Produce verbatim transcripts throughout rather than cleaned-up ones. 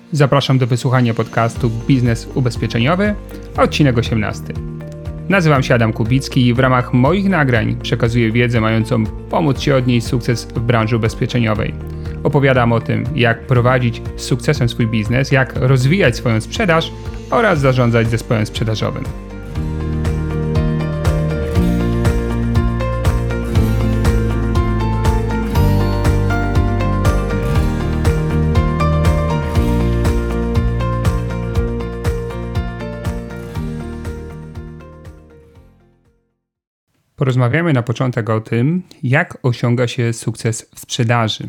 Zapraszam do wysłuchania podcastu Biznes Ubezpieczeniowy, odcinek osiemnasty. Nazywam się Adam Kubicki i w ramach moich nagrań przekazuję wiedzę mającą pomóc Ci odnieść sukces w branży ubezpieczeniowej. Opowiadam o tym, jak prowadzić z sukcesem swój biznes, jak rozwijać swoją sprzedaż oraz zarządzać zespołem sprzedażowym. Porozmawiamy na początek o tym, jak osiąga się sukces w sprzedaży.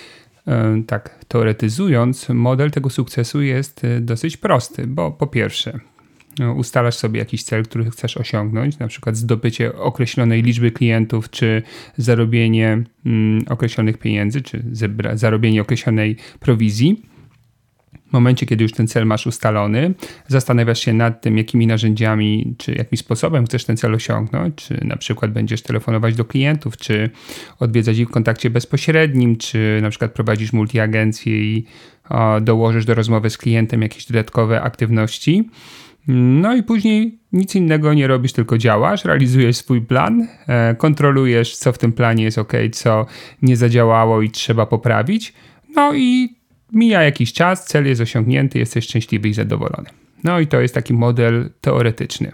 Tak teoretyzując, model tego sukcesu jest dosyć prosty, bo po pierwsze ustalasz sobie jakiś cel, który chcesz osiągnąć, na przykład zdobycie określonej liczby klientów, czy zarobienie mm, określonych pieniędzy, czy zebra- zarobienie określonej prowizji. W momencie, kiedy już ten cel masz ustalony, zastanawiasz się nad tym, jakimi narzędziami, czy jakim sposobem chcesz ten cel osiągnąć, czy na przykład będziesz telefonować do klientów, czy odwiedzać ich w kontakcie bezpośrednim, czy na przykład prowadzisz multiagencję i o, dołożysz do rozmowy z klientem jakieś dodatkowe aktywności. No i później nic innego nie robisz, tylko działasz, realizujesz swój plan, e, kontrolujesz, co w tym planie jest ok, co nie zadziałało i trzeba poprawić. No i mija jakiś czas, cel jest osiągnięty, jesteś szczęśliwy i zadowolony. No i to jest taki model teoretyczny.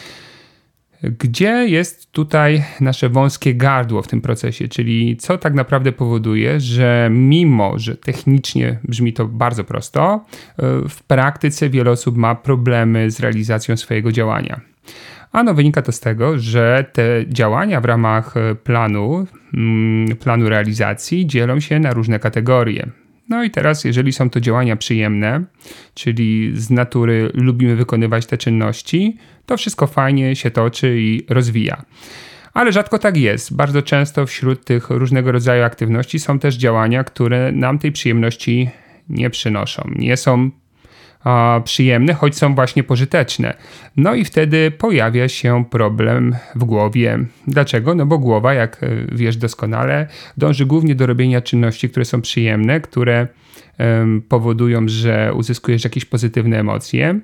Gdzie jest tutaj nasze wąskie gardło w tym procesie, czyli co tak naprawdę powoduje, że mimo, że technicznie brzmi to bardzo prosto, w praktyce wiele osób ma problemy z realizacją swojego działania. Ano wynika to z tego, że te działania w ramach planu, planu realizacji dzielą się na różne kategorie. No i teraz, jeżeli są to działania przyjemne, czyli z natury lubimy wykonywać te czynności, to wszystko fajnie się toczy i rozwija. Ale rzadko tak jest. Bardzo często wśród tych różnego rodzaju aktywności są też działania, które nam tej przyjemności nie przynoszą. Nie są a, przyjemne, choć są właśnie pożyteczne. No i wtedy pojawia się problem w głowie. Dlaczego? No bo głowa, jak wiesz doskonale, dąży głównie do robienia czynności, które są przyjemne, które um, powodują, że uzyskujesz jakieś pozytywne emocje.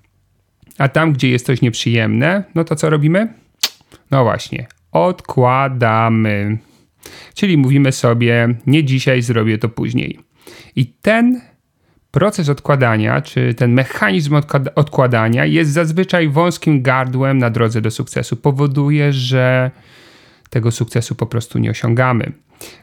A tam, gdzie jest coś nieprzyjemne, no to co robimy? No właśnie, odkładamy. Czyli mówimy sobie, nie dzisiaj, zrobię to później. I ten proces odkładania, czy ten mechanizm odkład- odkładania jest zazwyczaj wąskim gardłem na drodze do sukcesu. Powoduje, że tego sukcesu po prostu nie osiągamy.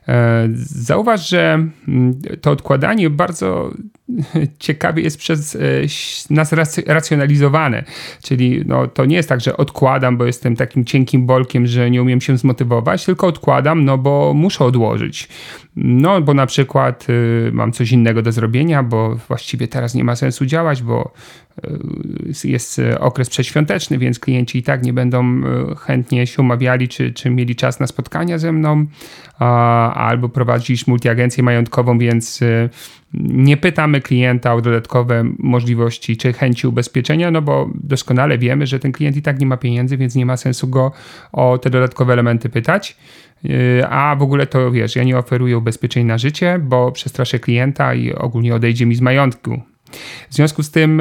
Zauważ, że to odkładanie bardzo ciekawie jest przez nas racjonalizowane. Czyli no, to nie jest tak, że odkładam, bo jestem takim cienkim bolkiem, że nie umiem się zmotywować, tylko odkładam, no bo muszę odłożyć. No bo na przykład y, mam coś innego do zrobienia, bo właściwie teraz nie ma sensu działać, bo y, jest okres przedświąteczny, więc klienci i tak nie będą y, chętnie się umawiali, czy, czy mieli czas na spotkania ze mną, a, albo prowadzisz multiagencję majątkową, więc y, nie pytamy klienta o dodatkowe możliwości czy chęci ubezpieczenia, no bo doskonale wiemy, że ten klient i tak nie ma pieniędzy, więc nie ma sensu go o te dodatkowe elementy pytać. A w ogóle to wiesz, ja nie oferuję ubezpieczeń na życie, bo przestraszę klienta i ogólnie odejdzie mi z majątku. W związku z tym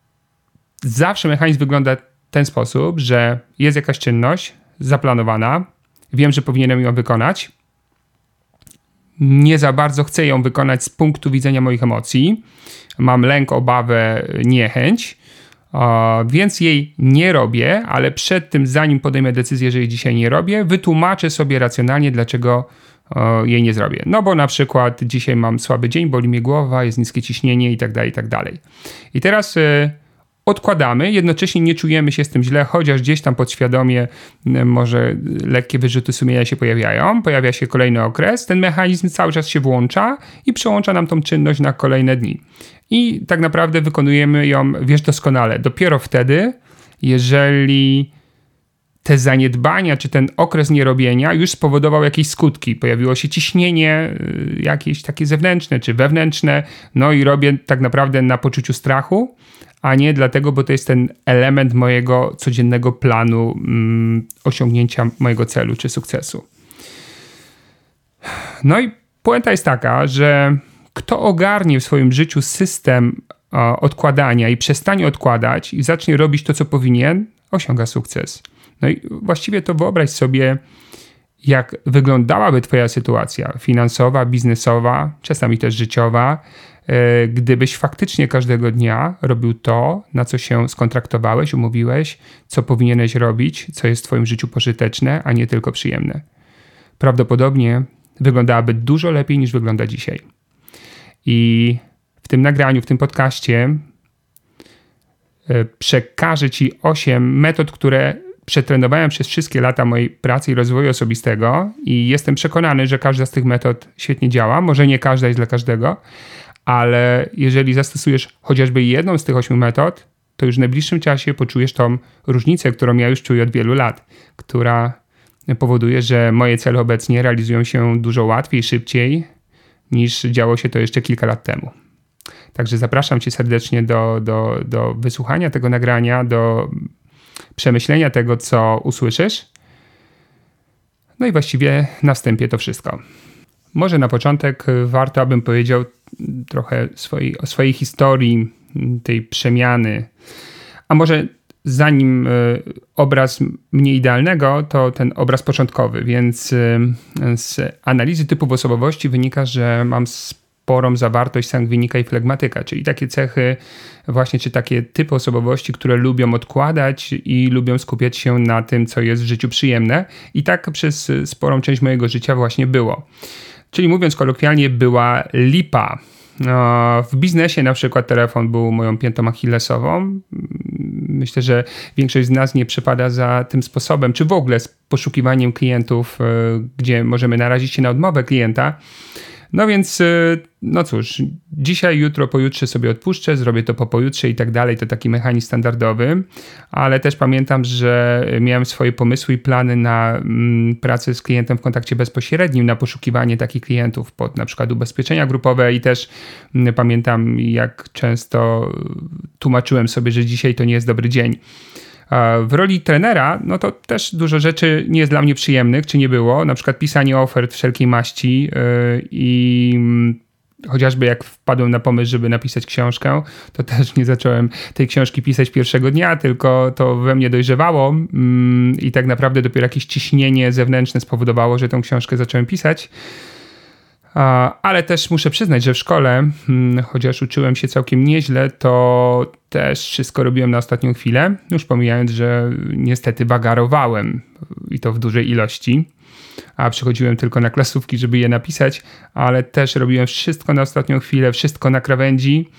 zawsze mechanizm wygląda w ten sposób, że jest jakaś czynność zaplanowana, wiem, że powinienem ją wykonać, nie za bardzo chcę ją wykonać z punktu widzenia moich emocji, mam lęk, obawę, niechęć, więc jej nie robię, ale przed tym, zanim podejmę decyzję, że jej dzisiaj nie robię, wytłumaczę sobie racjonalnie, dlaczego jej nie zrobię. No bo na przykład dzisiaj mam słaby dzień, boli mnie głowa, jest niskie ciśnienie i tak dalej, i tak dalej. I teraz y, odkładamy, jednocześnie nie czujemy się z tym źle, chociaż gdzieś tam podświadomie y, może lekkie wyrzuty sumienia się pojawiają, pojawia się kolejny okres, ten mechanizm cały czas się włącza i przełącza nam tą czynność na kolejne dni. I tak naprawdę wykonujemy ją, wiesz doskonale, dopiero wtedy, jeżeli te zaniedbania, czy ten okres nierobienia już spowodował jakieś skutki. Pojawiło się ciśnienie jakieś takie zewnętrzne, czy wewnętrzne, no i robię tak naprawdę na poczuciu strachu, a nie dlatego, bo to jest ten element mojego codziennego planu mm, osiągnięcia mojego celu, czy sukcesu. No i puenta jest taka, że kto ogarnie w swoim życiu system odkładania i przestanie odkładać i zacznie robić to, co powinien, osiąga sukces. No i właściwie to wyobraź sobie, jak wyglądałaby twoja sytuacja finansowa, biznesowa, czasami też życiowa, gdybyś faktycznie każdego dnia robił to, na co się skontraktowałeś, umówiłeś, co powinieneś robić, co jest w twoim życiu pożyteczne, a nie tylko przyjemne. Prawdopodobnie wyglądałaby dużo lepiej niż wygląda dzisiaj. I w tym nagraniu, w tym podcaście przekażę ci osiem metod, które przetrenowałem przez wszystkie lata mojej pracy i rozwoju osobistego i jestem przekonany, że każda z tych metod świetnie działa. Może nie każda jest dla każdego, ale jeżeli zastosujesz chociażby jedną z tych ośmiu metod, to już w najbliższym czasie poczujesz tą różnicę, którą ja już czuję od wielu lat, która powoduje, że moje cele obecnie realizują się dużo łatwiej, szybciej niż działo się to jeszcze kilka lat temu. Także zapraszam cię serdecznie do, do, do wysłuchania tego nagrania, do przemyślenia tego, co usłyszysz. No i właściwie na wstępie to wszystko. Może na początek warto, abym powiedział trochę swojej, o swojej historii tej przemiany. A może zanim y, obraz mnie idealnego, to ten obraz początkowy. Więc y, z analizy typów osobowości wynika, że mam sporą zawartość sangwinika i flegmatyka, czyli takie cechy właśnie, czy takie typy osobowości, które lubią odkładać i lubią skupiać się na tym, co jest w życiu przyjemne. I tak przez sporą część mojego życia właśnie było. Czyli mówiąc kolokwialnie, była lipa. W biznesie na przykład telefon był moją piętą achillesową. Myślę, że większość z nas nie przypada za tym sposobem, czy w ogóle z poszukiwaniem klientów, gdzie możemy narazić się na odmowę klienta. No więc, no cóż, dzisiaj, jutro, pojutrze sobie odpuszczę, zrobię to po pojutrze i tak dalej, to taki mechanizm standardowy, ale też pamiętam, że miałem swoje pomysły i plany na mm, pracę z klientem w kontakcie bezpośrednim, na poszukiwanie takich klientów pod na przykład ubezpieczenia grupowe i też mm, pamiętam, jak często tłumaczyłem sobie, że dzisiaj to nie jest dobry dzień. W roli trenera, no to też dużo rzeczy nie jest dla mnie przyjemnych, czy nie było. Na przykład pisanie ofert wszelkiej maści yy, i chociażby jak wpadłem na pomysł, żeby napisać książkę, to też nie zacząłem tej książki pisać pierwszego dnia, tylko to we mnie dojrzewało yy, i tak naprawdę dopiero jakieś ciśnienie zewnętrzne spowodowało, że tę książkę zacząłem pisać. Ale też muszę przyznać, że w szkole, chociaż uczyłem się całkiem nieźle, to też wszystko robiłem na ostatnią chwilę. Już pomijając, że niestety wagarowałem i to w dużej ilości, a przychodziłem tylko na klasówki, żeby je napisać, ale też robiłem wszystko na ostatnią chwilę, wszystko na krawędzi.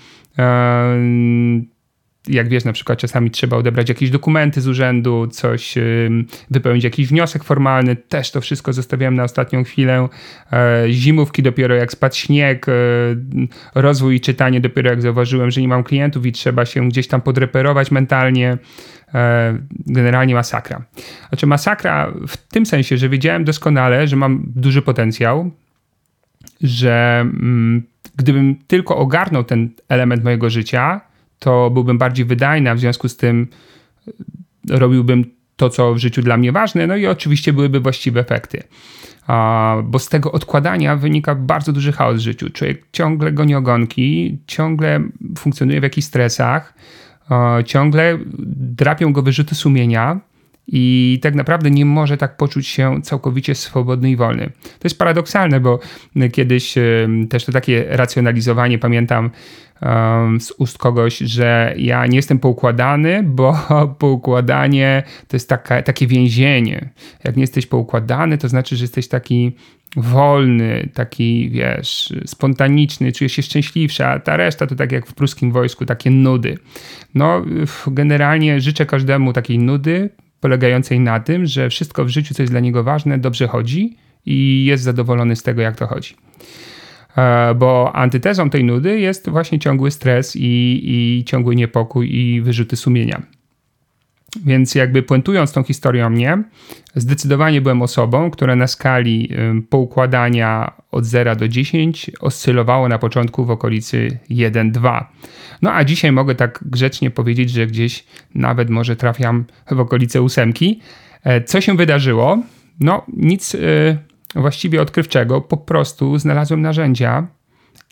Jak wiesz, na przykład czasami trzeba odebrać jakieś dokumenty z urzędu, coś, wypełnić jakiś wniosek formalny, też to wszystko zostawiałem na ostatnią chwilę. Zimówki dopiero jak spadł śnieg, rozwój i czytanie dopiero jak zauważyłem, że nie mam klientów i trzeba się gdzieś tam podreperować mentalnie. Generalnie masakra. Znaczy masakra w tym sensie, że wiedziałem doskonale, że mam duży potencjał, że mm, gdybym tylko ogarnął ten element mojego życia, to byłbym bardziej wydajny, a w związku z tym robiłbym to, co w życiu dla mnie ważne, no i oczywiście byłyby właściwe efekty. Bo z tego odkładania wynika bardzo duży chaos w życiu. Człowiek ciągle goni ogonki, ciągle funkcjonuje w jakichś stresach, ciągle drapią go wyrzuty sumienia i tak naprawdę nie może tak poczuć się całkowicie swobodny i wolny. To jest paradoksalne, bo kiedyś też to takie racjonalizowanie, pamiętam z ust kogoś, że ja nie jestem poukładany, bo poukładanie to jest taka, takie więzienie. Jak nie jesteś poukładany, to znaczy, że jesteś taki wolny, taki, wiesz, spontaniczny, czujesz się szczęśliwszy, a ta reszta to tak jak w pruskim wojsku, takie nudy. No, generalnie życzę każdemu takiej nudy, polegającej na tym, że wszystko w życiu, co jest dla niego ważne, dobrze chodzi i jest zadowolony z tego, jak to chodzi. Bo antytezą tej nudy jest właśnie ciągły stres i, i ciągły niepokój i wyrzuty sumienia. Więc jakby puentując tą historię o mnie, zdecydowanie byłem osobą, która na skali poukładania od zera do dziesięciu oscylowało na początku w okolicy jeden dwa. No a dzisiaj mogę tak grzecznie powiedzieć, że gdzieś nawet może trafiam w okolice ósemki. Co się wydarzyło? No nic właściwie odkrywczego, po prostu znalazłem narzędzia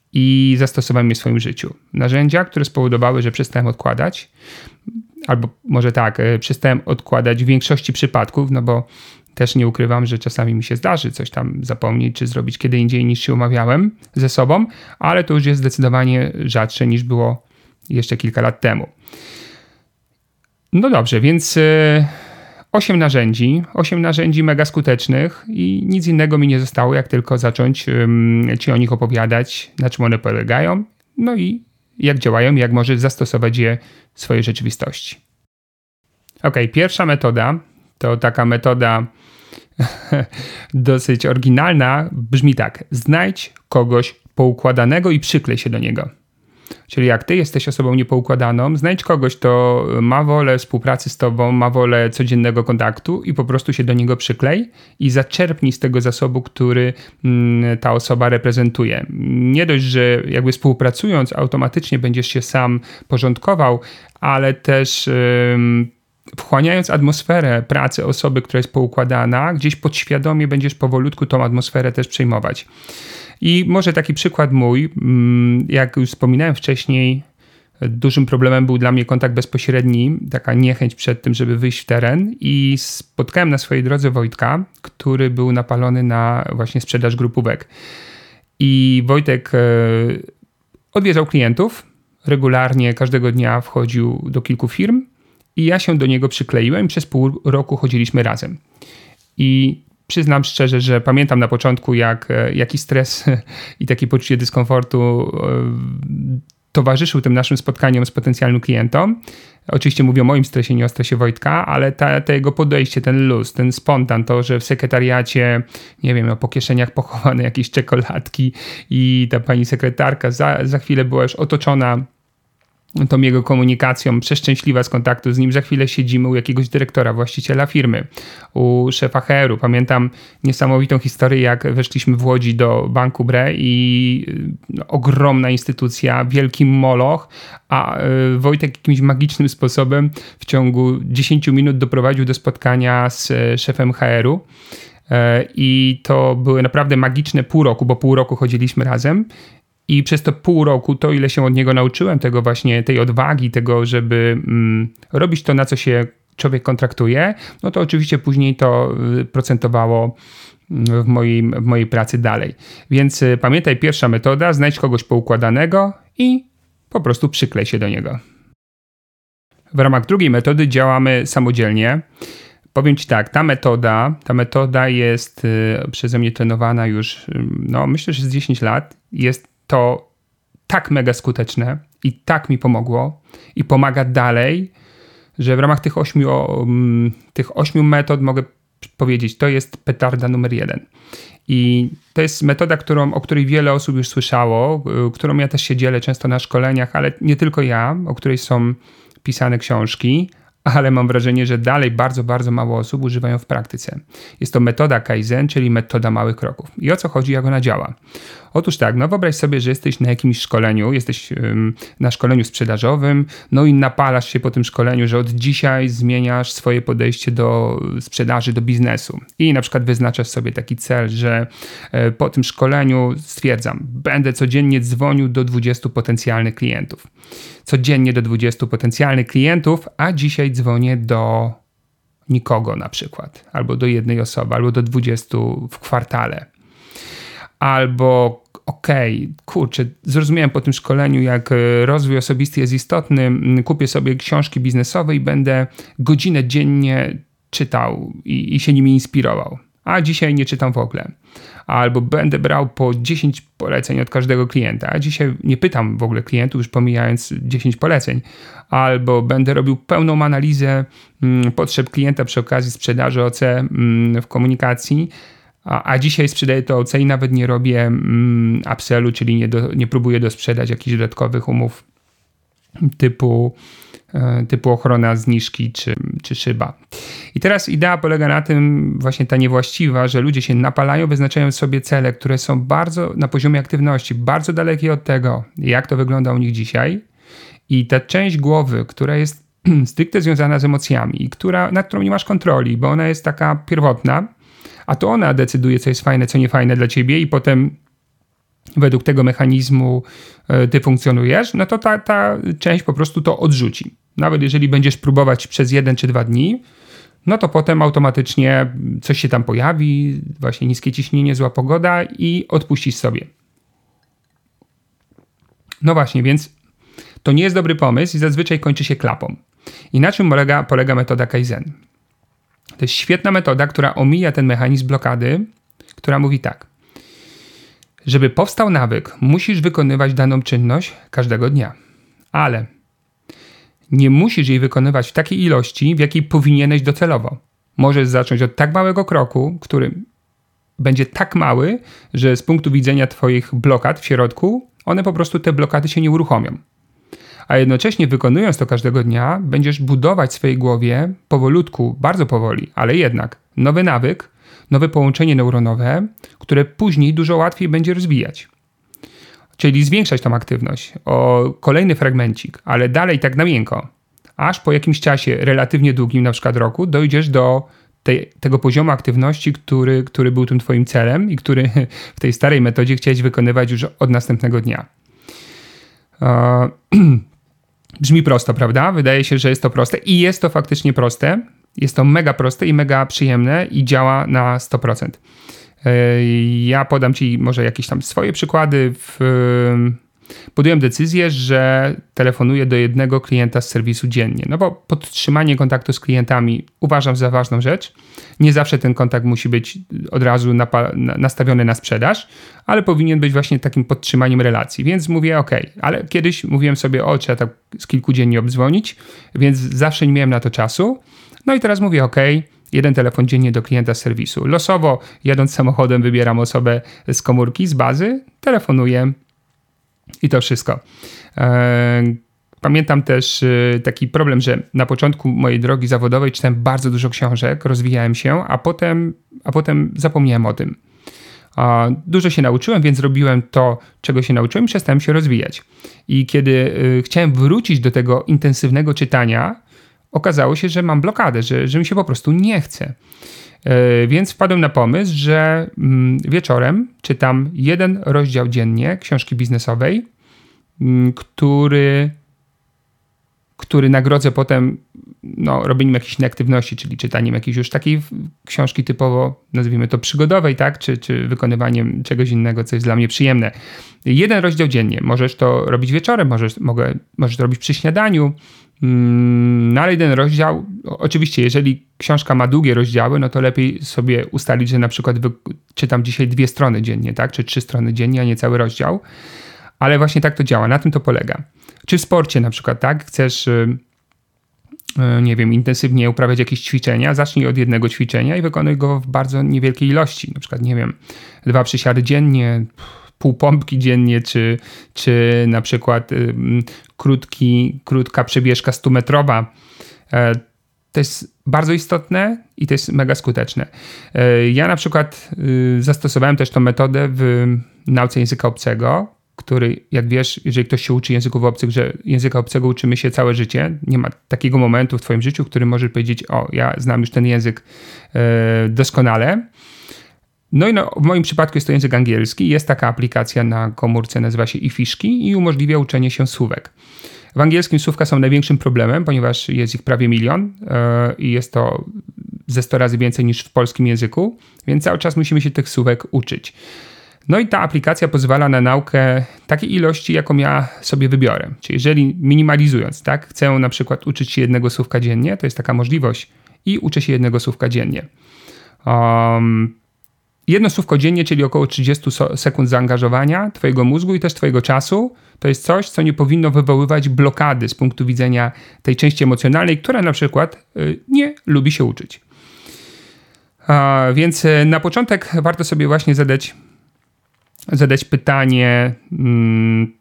i zastosowałem je w swoim życiu. Narzędzia, które spowodowały, że przestałem odkładać, albo może tak, przestałem odkładać w większości przypadków, no bo też nie ukrywam, że czasami mi się zdarzy coś tam zapomnieć, czy zrobić kiedy indziej niż się umawiałem ze sobą, ale to już jest zdecydowanie rzadsze niż było jeszcze kilka lat temu. No dobrze, więc osiem narzędzi, osiem narzędzi mega skutecznych i nic innego mi nie zostało, jak tylko zacząć um, Ci o nich opowiadać, na czym one polegają, no i jak działają, jak możesz zastosować je w swojej rzeczywistości. Ok, pierwsza metoda to taka metoda dosyć oryginalna, brzmi tak: znajdź kogoś poukładanego i przyklej się do niego. Czyli jak ty jesteś osobą niepoukładaną, znajdź kogoś, kto ma wolę współpracy z tobą, ma wolę codziennego kontaktu i po prostu się do niego przyklej i zaczerpnij z tego zasobu, który mm, ta osoba reprezentuje. Nie dość, że jakby współpracując automatycznie będziesz się sam porządkował, ale też ym, wchłaniając atmosferę pracy osoby, która jest poukładana, gdzieś podświadomie będziesz powolutku tą atmosferę też przejmować. I może taki przykład mój, jak już wspominałem wcześniej, dużym problemem był dla mnie kontakt bezpośredni, taka niechęć przed tym, żeby wyjść w teren i spotkałem na swojej drodze Wojtka, który był napalony na właśnie sprzedaż grupówek. I Wojtek odwiedzał klientów, regularnie każdego dnia wchodził do kilku firm i ja się do niego przykleiłem i przez pół roku chodziliśmy razem. I przyznam szczerze, że pamiętam na początku, jak, jaki stres i takie poczucie dyskomfortu towarzyszył tym naszym spotkaniom z potencjalnym klientem. Oczywiście mówię o moim stresie, nie o stresie Wojtka, ale ta, ta jego podejście, ten luz, ten spontan, to, że w sekretariacie, nie wiem, po kieszeniach pochowane jakieś czekoladki i ta pani sekretarka za, za chwilę była już otoczona tą jego komunikacją, przeszczęśliwa z kontaktu z nim. Za chwilę siedzimy u jakiegoś dyrektora, właściciela firmy, u szefa H R u. Pamiętam niesamowitą historię, jak weszliśmy w Łodzi do Banku Bre i no, ogromna instytucja, wielki moloch, a y, Wojtek jakimś magicznym sposobem w ciągu dziesięciu minut doprowadził do spotkania z y, szefem H R u. I to były naprawdę magiczne pół roku, bo pół roku chodziliśmy razem. I przez to pół roku, to ile się od niego nauczyłem, tego właśnie, tej odwagi, tego, żeby mm, robić to, na co się człowiek kontraktuje, no to oczywiście później to procentowało w, moim, w mojej pracy dalej. Więc y, pamiętaj, pierwsza metoda, znajdź kogoś poukładanego i po prostu przyklej się do niego. W ramach drugiej metody działamy samodzielnie. Powiem Ci tak, ta metoda, ta metoda jest y, przeze mnie trenowana już, y, no myślę, że z dziesięć lat. Jest to tak mega skuteczne i tak mi pomogło i pomaga dalej, że w ramach tych ośmiu, um, tych ośmiu metod mogę powiedzieć, to jest petarda numer jeden. I to jest metoda, którą, o której wiele osób już słyszało, y, którą ja też się dzielę często na szkoleniach, ale nie tylko ja, o której są pisane książki, ale mam wrażenie, że dalej bardzo, bardzo mało osób używają w praktyce. Jest to metoda Kaizen, czyli metoda małych kroków. I o co chodzi, jak ona działa? Otóż tak, no wyobraź sobie, że jesteś na jakimś szkoleniu, jesteś ym, na szkoleniu sprzedażowym, no i napalasz się po tym szkoleniu, że od dzisiaj zmieniasz swoje podejście do sprzedaży, do biznesu. I na przykład wyznaczasz sobie taki cel, że y, po tym szkoleniu stwierdzam, będę codziennie dzwonił do dwudziestu potencjalnych klientów. Codziennie do dwudziestu potencjalnych klientów, a dzisiaj dzwonię do nikogo na przykład, albo do jednej osoby, albo do dwudziestu w kwartale. Albo okej, okay, kurczę, zrozumiałem po tym szkoleniu, jak rozwój osobisty jest istotny, kupię sobie książki biznesowe i będę godzinę dziennie czytał i, i się nimi inspirował. A dzisiaj nie czytam w ogóle. Albo będę brał po dziesięć poleceń od każdego klienta, a dzisiaj nie pytam w ogóle klientów, już pomijając dziesięć poleceń. Albo będę robił pełną analizę mm, potrzeb klienta przy okazji sprzedaży O C mm, w komunikacji, a, a dzisiaj sprzedaję to O C i nawet nie robię mm, upsellu, czyli nie, do, nie próbuję dosprzedać jakichś dodatkowych umów typu typu ochrona zniżki czy, czy szyba. I teraz idea polega na tym, właśnie ta niewłaściwa, że ludzie się napalają, wyznaczają sobie cele, które są bardzo na poziomie aktywności, bardzo dalekie od tego, jak to wygląda u nich dzisiaj. I ta część głowy, która jest stricte związana z emocjami i która, nad którą nie masz kontroli, bo ona jest taka pierwotna, a to ona decyduje, co jest fajne, co nie fajne dla ciebie i potem według tego mechanizmu ty funkcjonujesz, no to ta, ta część po prostu to odrzuci. Nawet jeżeli będziesz próbować przez jeden czy dwa dni, no to potem automatycznie coś się tam pojawi, właśnie niskie ciśnienie, zła pogoda i odpuścisz sobie. No właśnie, więc to nie jest dobry pomysł i zazwyczaj kończy się klapą. I na czym polega, polega metoda Kaizen? To jest świetna metoda, która omija ten mechanizm blokady, która mówi tak. Żeby powstał nawyk, musisz wykonywać daną czynność każdego dnia. Ale nie musisz jej wykonywać w takiej ilości, w jakiej powinieneś docelowo. Możesz zacząć od tak małego kroku, który będzie tak mały, że z punktu widzenia twoich blokad w środku, one po prostu te blokady się nie uruchomią. A jednocześnie wykonując to każdego dnia, będziesz budować w swojej głowie powolutku, bardzo powoli, ale jednak nowy nawyk, nowe połączenie neuronowe, które później dużo łatwiej będzie rozwijać. Czyli zwiększać tą aktywność o kolejny fragmencik, ale dalej tak na miękko. Aż po jakimś czasie relatywnie długim, na przykład roku, dojdziesz do tej, tego poziomu aktywności, który, który był tym twoim celem i który w tej starej metodzie chciałeś wykonywać już od następnego dnia. Eee, brzmi prosto, prawda? Wydaje się, że jest to proste i jest to faktycznie proste. Jest to mega proste i mega przyjemne i działa na sto procent. Ja podam ci może jakieś tam swoje przykłady. W... Podjąłem decyzję, że telefonuję do jednego klienta z serwisu dziennie. No bo podtrzymanie kontaktu z klientami uważam za ważną rzecz. Nie zawsze ten kontakt musi być od razu napa- nastawiony na sprzedaż, ale powinien być właśnie takim podtrzymaniem relacji. Więc mówię ok, ale kiedyś mówiłem sobie, o trzeba tak z kilku dziennie obdzwonić, więc zawsze nie miałem na to czasu. No i teraz mówię ok, jeden telefon dziennie do klienta z serwisu. Losowo jadąc samochodem wybieram osobę z komórki, z bazy, telefonuję i to wszystko. Pamiętam też taki problem, że na początku mojej drogi zawodowej czytałem bardzo dużo książek, rozwijałem się, a potem, a potem zapomniałem o tym. Dużo się nauczyłem, więc robiłem to, czego się nauczyłem i przestałem się rozwijać. I kiedy chciałem wrócić do tego intensywnego czytania, okazało się, że mam blokadę, że, że mi się po prostu nie chce. Yy, więc wpadłem na pomysł, że mm, wieczorem czytam jeden rozdział dziennie książki biznesowej, mm, który, który nagrodzę potem no, robieniem jakiejś aktywności, czyli czytaniem jakiejś już takiej książki typowo, nazwijmy to przygodowej, tak? czy, czy wykonywaniem czegoś innego, co jest dla mnie przyjemne. Jeden rozdział dziennie. Możesz to robić wieczorem, możesz, mogę, możesz to robić przy śniadaniu. No ale jeden rozdział, oczywiście jeżeli książka ma długie rozdziały, no to lepiej sobie ustalić, że na przykład wy, czytam dzisiaj dwie strony dziennie, tak, czy trzy strony dziennie, a nie cały rozdział, ale właśnie tak to działa, na tym to polega. Czy w sporcie na przykład, tak, chcesz, nie wiem, intensywnie uprawiać jakieś ćwiczenia, zacznij od jednego ćwiczenia i wykonuj go w bardzo niewielkiej ilości, na przykład, nie wiem, dwa przysiady dziennie, pół pompki dziennie, czy, czy na przykład y, krótki, krótka przebieżka stumetrowa. E, to jest bardzo istotne i to jest mega skuteczne. E, ja na przykład y, zastosowałem też tą metodę w nauce języka obcego, który, jak wiesz, jeżeli ktoś się uczy języków obcych, że języka obcego uczymy się całe życie. Nie ma takiego momentu w twoim życiu, w którym możesz powiedzieć, o, ja znam już ten język e, doskonale. No i no, w moim przypadku jest to język angielski. Jest taka aplikacja na komórce, nazywa się iFishki i umożliwia uczenie się słówek. W angielskim słówka są największym problemem, ponieważ jest ich prawie milion yy, i jest to ze sto razy więcej niż w polskim języku, więc cały czas musimy się tych słówek uczyć. No i ta aplikacja pozwala na naukę takiej ilości, jaką ja sobie wybiorę. Czyli jeżeli minimalizując, tak, chcę na przykład uczyć się jednego słówka dziennie, to jest taka możliwość i uczę się jednego słówka dziennie. Um, Jedno słówko dziennie, czyli około trzydzieści sekund zaangażowania twojego mózgu i też twojego czasu, to jest coś, co nie powinno wywoływać blokady z punktu widzenia tej części emocjonalnej, która na przykład nie lubi się uczyć. A więc na początek warto sobie właśnie zadać, zadać pytanie, hmm,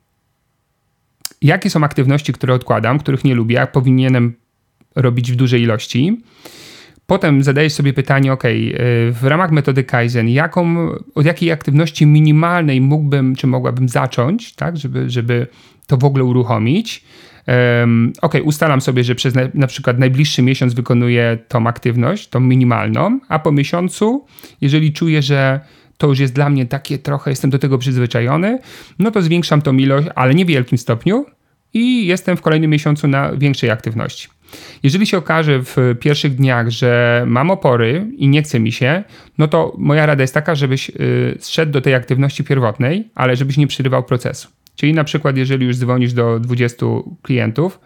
jakie są aktywności, które odkładam, których nie lubię, jak powinienem robić w dużej ilości. Potem zadajesz sobie pytanie, ok, w ramach metody Kaizen, jaką, od jakiej aktywności minimalnej mógłbym, czy mogłabym zacząć, tak, żeby, żeby to w ogóle uruchomić. Um, ok, ustalam sobie, że przez na, na przykład najbliższy miesiąc wykonuję tą aktywność, tą minimalną, a po miesiącu, jeżeli czuję, że to już jest dla mnie takie trochę, jestem do tego przyzwyczajony, no to zwiększam tą ilość, ale nie w wielkim stopniu i jestem w kolejnym miesiącu na większej aktywności. Jeżeli się okaże w pierwszych dniach, że mam opory i nie chce mi się, no to moja rada jest taka, żebyś zszedł do tej aktywności pierwotnej, ale żebyś nie przerywał procesu. Czyli na przykład, jeżeli już dzwonisz do dwudziestu klientów,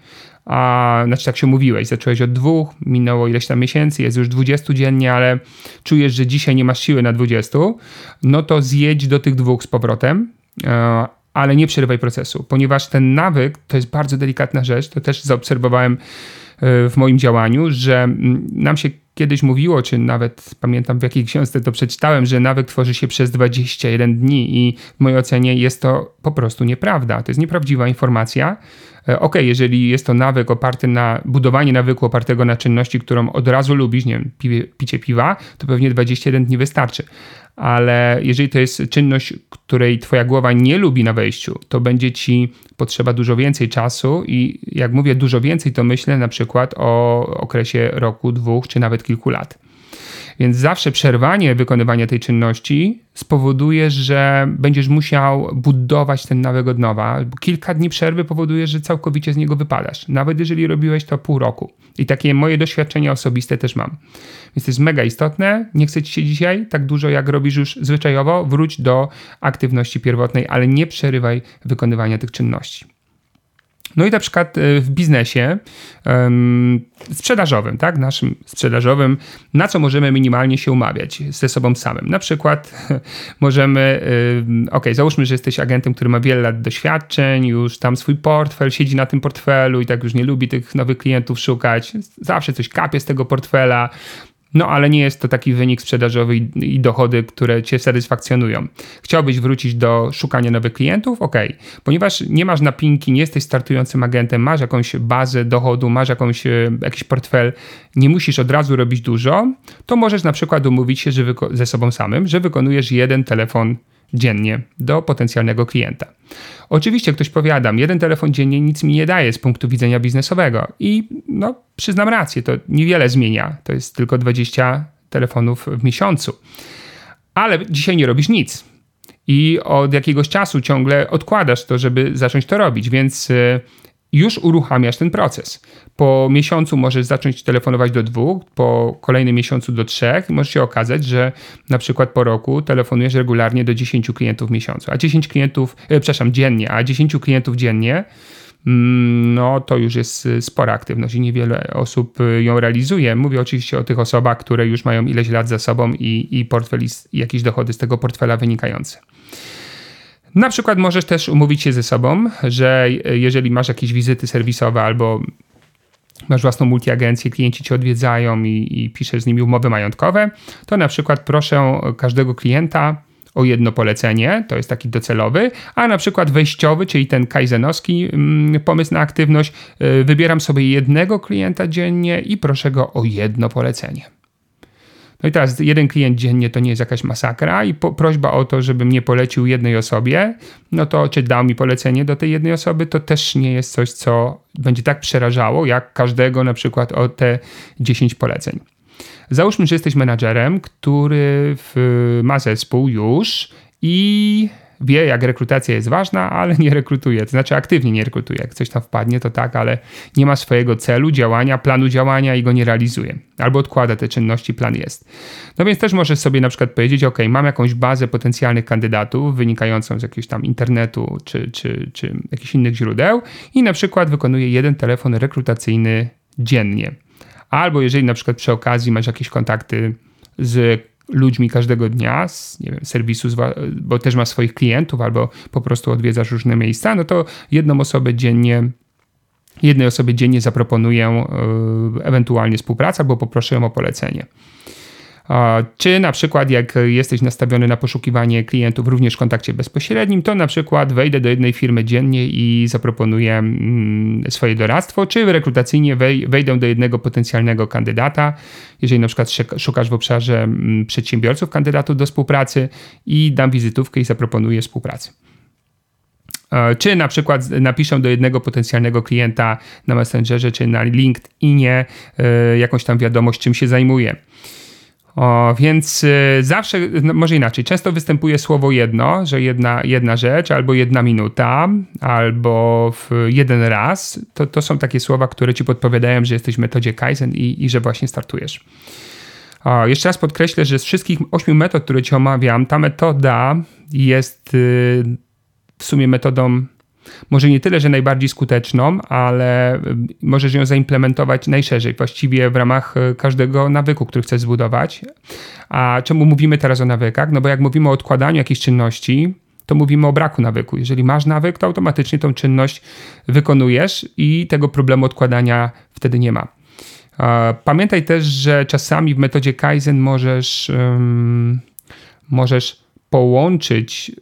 a znaczy tak się mówiłeś, zacząłeś od dwóch, minęło ileś tam miesięcy, jest już dwudziestu dziennie, ale czujesz, że dzisiaj nie masz siły na dwudziestu, no to zjedź do tych dwóch z powrotem, ale nie przerywaj procesu, ponieważ ten nawyk to jest bardzo delikatna rzecz, to też zaobserwowałem w moim działaniu, że nam się kiedyś mówiło, czy nawet pamiętam w jakiej książce to przeczytałem, że nawyk tworzy się przez dwadzieścia jeden dni i w mojej ocenie jest to po prostu nieprawda. To jest nieprawdziwa informacja. Ok, jeżeli jest to nawyk oparty na, budowanie nawyku opartego na czynności, którą od razu lubisz, nie wiem, piwie, picie piwa, to pewnie dwadzieścia jeden dni wystarczy. Ale jeżeli to jest czynność, której twoja głowa nie lubi na wejściu, to będzie ci potrzeba dużo więcej czasu i jak mówię dużo więcej, to myślę na przykład o okresie roku, dwóch, czy nawet kilku lat. Więc zawsze przerwanie wykonywania tej czynności spowoduje, że będziesz musiał budować ten nawyk od nowa. Kilka dni przerwy powoduje, że całkowicie z niego wypadasz. Nawet jeżeli robiłeś to pół roku. I takie moje doświadczenia osobiste też mam. Więc to jest mega istotne. Nie chce ci się dzisiaj tak dużo, jak robisz już zwyczajowo. Wróć do aktywności pierwotnej, ale nie przerywaj wykonywania tych czynności. No i na przykład w biznesie um, sprzedażowym, tak, naszym sprzedażowym, na co możemy minimalnie się umawiać ze sobą samym. Na przykład możemy, um, ok, załóżmy, że jesteś agentem, który ma wiele lat doświadczeń, już tam swój portfel, siedzi na tym portfelu i tak już nie lubi tych nowych klientów szukać, zawsze coś kapie z tego portfela. No, ale nie jest to taki wynik sprzedażowy i, i dochody, które cię satysfakcjonują. Chciałbyś wrócić do szukania nowych klientów? Ok. Ponieważ nie masz napinki, nie jesteś startującym agentem, masz jakąś bazę dochodu, masz jakąś, jakiś portfel, nie musisz od razu robić dużo, to możesz na przykład umówić się że wyko- ze sobą samym, że wykonujesz jeden telefon dziennie do potencjalnego klienta. Oczywiście ktoś powiada, jeden telefon dziennie nic mi nie daje z punktu widzenia biznesowego i no przyznam rację, to niewiele zmienia, to jest tylko dwadzieścia telefonów w miesiącu, ale dzisiaj nie robisz nic i od jakiegoś czasu ciągle odkładasz to, żeby zacząć to robić, więc już uruchamiasz ten proces. Po miesiącu możesz zacząć telefonować do dwóch, po kolejnym miesiącu do trzech i może się okazać, że na przykład po roku telefonujesz regularnie do dziesięciu klientów w miesiącu, a dziesięć klientów, e, przepraszam, dziennie, a dziesięciu klientów dziennie, mm, no to już jest spora aktywność i niewiele osób ją realizuje. Mówię oczywiście o tych osobach, które już mają ileś lat za sobą i, i portfel i jakieś dochody z tego portfela wynikające. Na przykład możesz też umówić się ze sobą, że jeżeli masz jakieś wizyty serwisowe albo masz własną multiagencję, klienci cię odwiedzają i, i piszesz z nimi umowy majątkowe, to na przykład proszę każdego klienta o jedno polecenie, to jest taki docelowy, a na przykład wejściowy, czyli ten kaizenowski mm, pomysł na aktywność, yy, wybieram sobie jednego klienta dziennie i proszę go o jedno polecenie. No i teraz jeden klient dziennie to nie jest jakaś masakra i po, prośba o to, żebym nie polecił jednej osobie, no to czy dał mi polecenie do tej jednej osoby, to też nie jest coś, co będzie tak przerażało, jak każdego na przykład o te dziesięć poleceń. Załóżmy, że jesteś menadżerem, który w, ma zespół już i wie, jak rekrutacja jest ważna, ale nie rekrutuje, to znaczy aktywnie nie rekrutuje. Jak coś tam wpadnie, to tak, ale nie ma swojego celu, działania, planu działania i go nie realizuje. Albo odkłada te czynności, plan jest. No więc też możesz sobie na przykład powiedzieć, ok, mam jakąś bazę potencjalnych kandydatów wynikającą z jakiegoś tam internetu czy, czy, czy jakichś innych źródeł i na przykład wykonuję jeden telefon rekrutacyjny dziennie. Albo jeżeli na przykład przy okazji masz jakieś kontakty z ludźmi każdego dnia z nie wiem, serwisu, bo też masz swoich klientów albo po prostu odwiedzasz różne miejsca, no to jedną osobę dziennie, jednej osobie dziennie zaproponuję yy, ewentualnie współpracę albo poproszę ją o polecenie. Czy na przykład jak jesteś nastawiony na poszukiwanie klientów również w kontakcie bezpośrednim, to na przykład wejdę do jednej firmy dziennie i zaproponuję swoje doradztwo, czy rekrutacyjnie wejdę do jednego potencjalnego kandydata, jeżeli na przykład szukasz w obszarze przedsiębiorców kandydatów do współpracy i dam wizytówkę i zaproponuję współpracę. Czy na przykład napiszę do jednego potencjalnego klienta na Messengerze, czy na LinkedInie jakąś tam wiadomość, czym się zajmuję. O, więc y, zawsze, no może inaczej, często występuje słowo jedno, że jedna, jedna rzecz, albo jedna minuta, albo w jeden raz. To, to są takie słowa, które ci podpowiadają, że jesteś w metodzie Kaizen i, i że właśnie startujesz. O, jeszcze raz podkreślę, że z wszystkich ośmiu metod, które ci omawiam, ta metoda jest y, w sumie metodą może nie tyle, że najbardziej skuteczną, ale możesz ją zaimplementować najszerzej, właściwie w ramach każdego nawyku, który chcesz zbudować. A czemu mówimy teraz o nawykach? No bo jak mówimy o odkładaniu jakiejś czynności, to mówimy o braku nawyku. Jeżeli masz nawyk, to automatycznie tą czynność wykonujesz i tego problemu odkładania wtedy nie ma. Pamiętaj też, że czasami w metodzie Kaizen możesz, um, możesz połączyć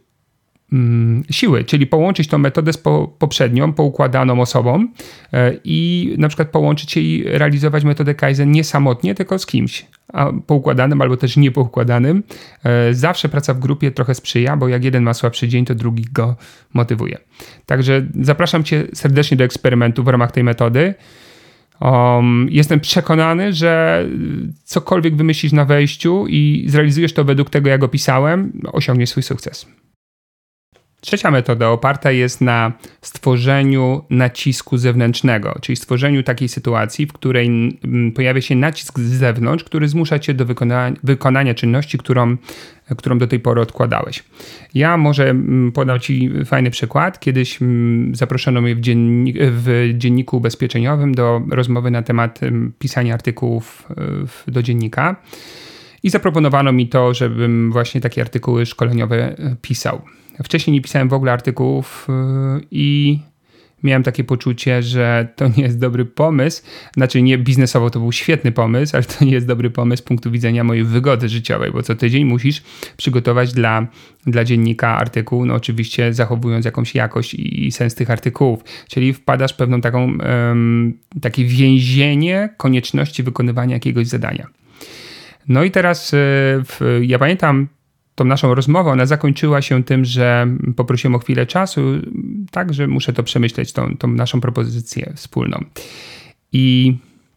siły, czyli połączyć tą metodę z po, poprzednią, poukładaną osobą yy, i na przykład połączyć się i realizować metodę Kaizen nie samotnie, tylko z kimś a poukładanym albo też niepoukładanym. Yy, zawsze praca w grupie trochę sprzyja, bo jak jeden ma słabszy dzień, to drugi go motywuje. Także zapraszam cię serdecznie do eksperymentu w ramach tej metody. Um, jestem przekonany, że cokolwiek wymyślisz na wejściu i zrealizujesz to według tego, jak opisałem, osiągniesz swój sukces. Trzecia metoda oparta jest na stworzeniu nacisku zewnętrznego, czyli stworzeniu takiej sytuacji, w której pojawia się nacisk z zewnątrz, który zmusza cię do wykonania, wykonania czynności, którą, którą do tej pory odkładałeś. Ja może podam ci fajny przykład. Kiedyś zaproszono mnie w, dziennik, w dzienniku ubezpieczeniowym do rozmowy na temat pisania artykułów do dziennika i zaproponowano mi to, żebym właśnie takie artykuły szkoleniowe pisał. Wcześniej nie pisałem w ogóle artykułów i miałem takie poczucie, że to nie jest dobry pomysł. Znaczy nie biznesowo to był świetny pomysł, ale to nie jest dobry pomysł z punktu widzenia mojej wygody życiowej, bo co tydzień musisz przygotować dla, dla dziennika artykuł, no oczywiście zachowując jakąś jakość i, i sens tych artykułów. Czyli wpadasz w pewną taką, um, takie więzienie konieczności wykonywania jakiegoś zadania. No i teraz w, ja pamiętam tą naszą rozmowę, ona zakończyła się tym, że poprosiłem o chwilę czasu, tak, że muszę to przemyśleć, tą, tą naszą propozycję wspólną. I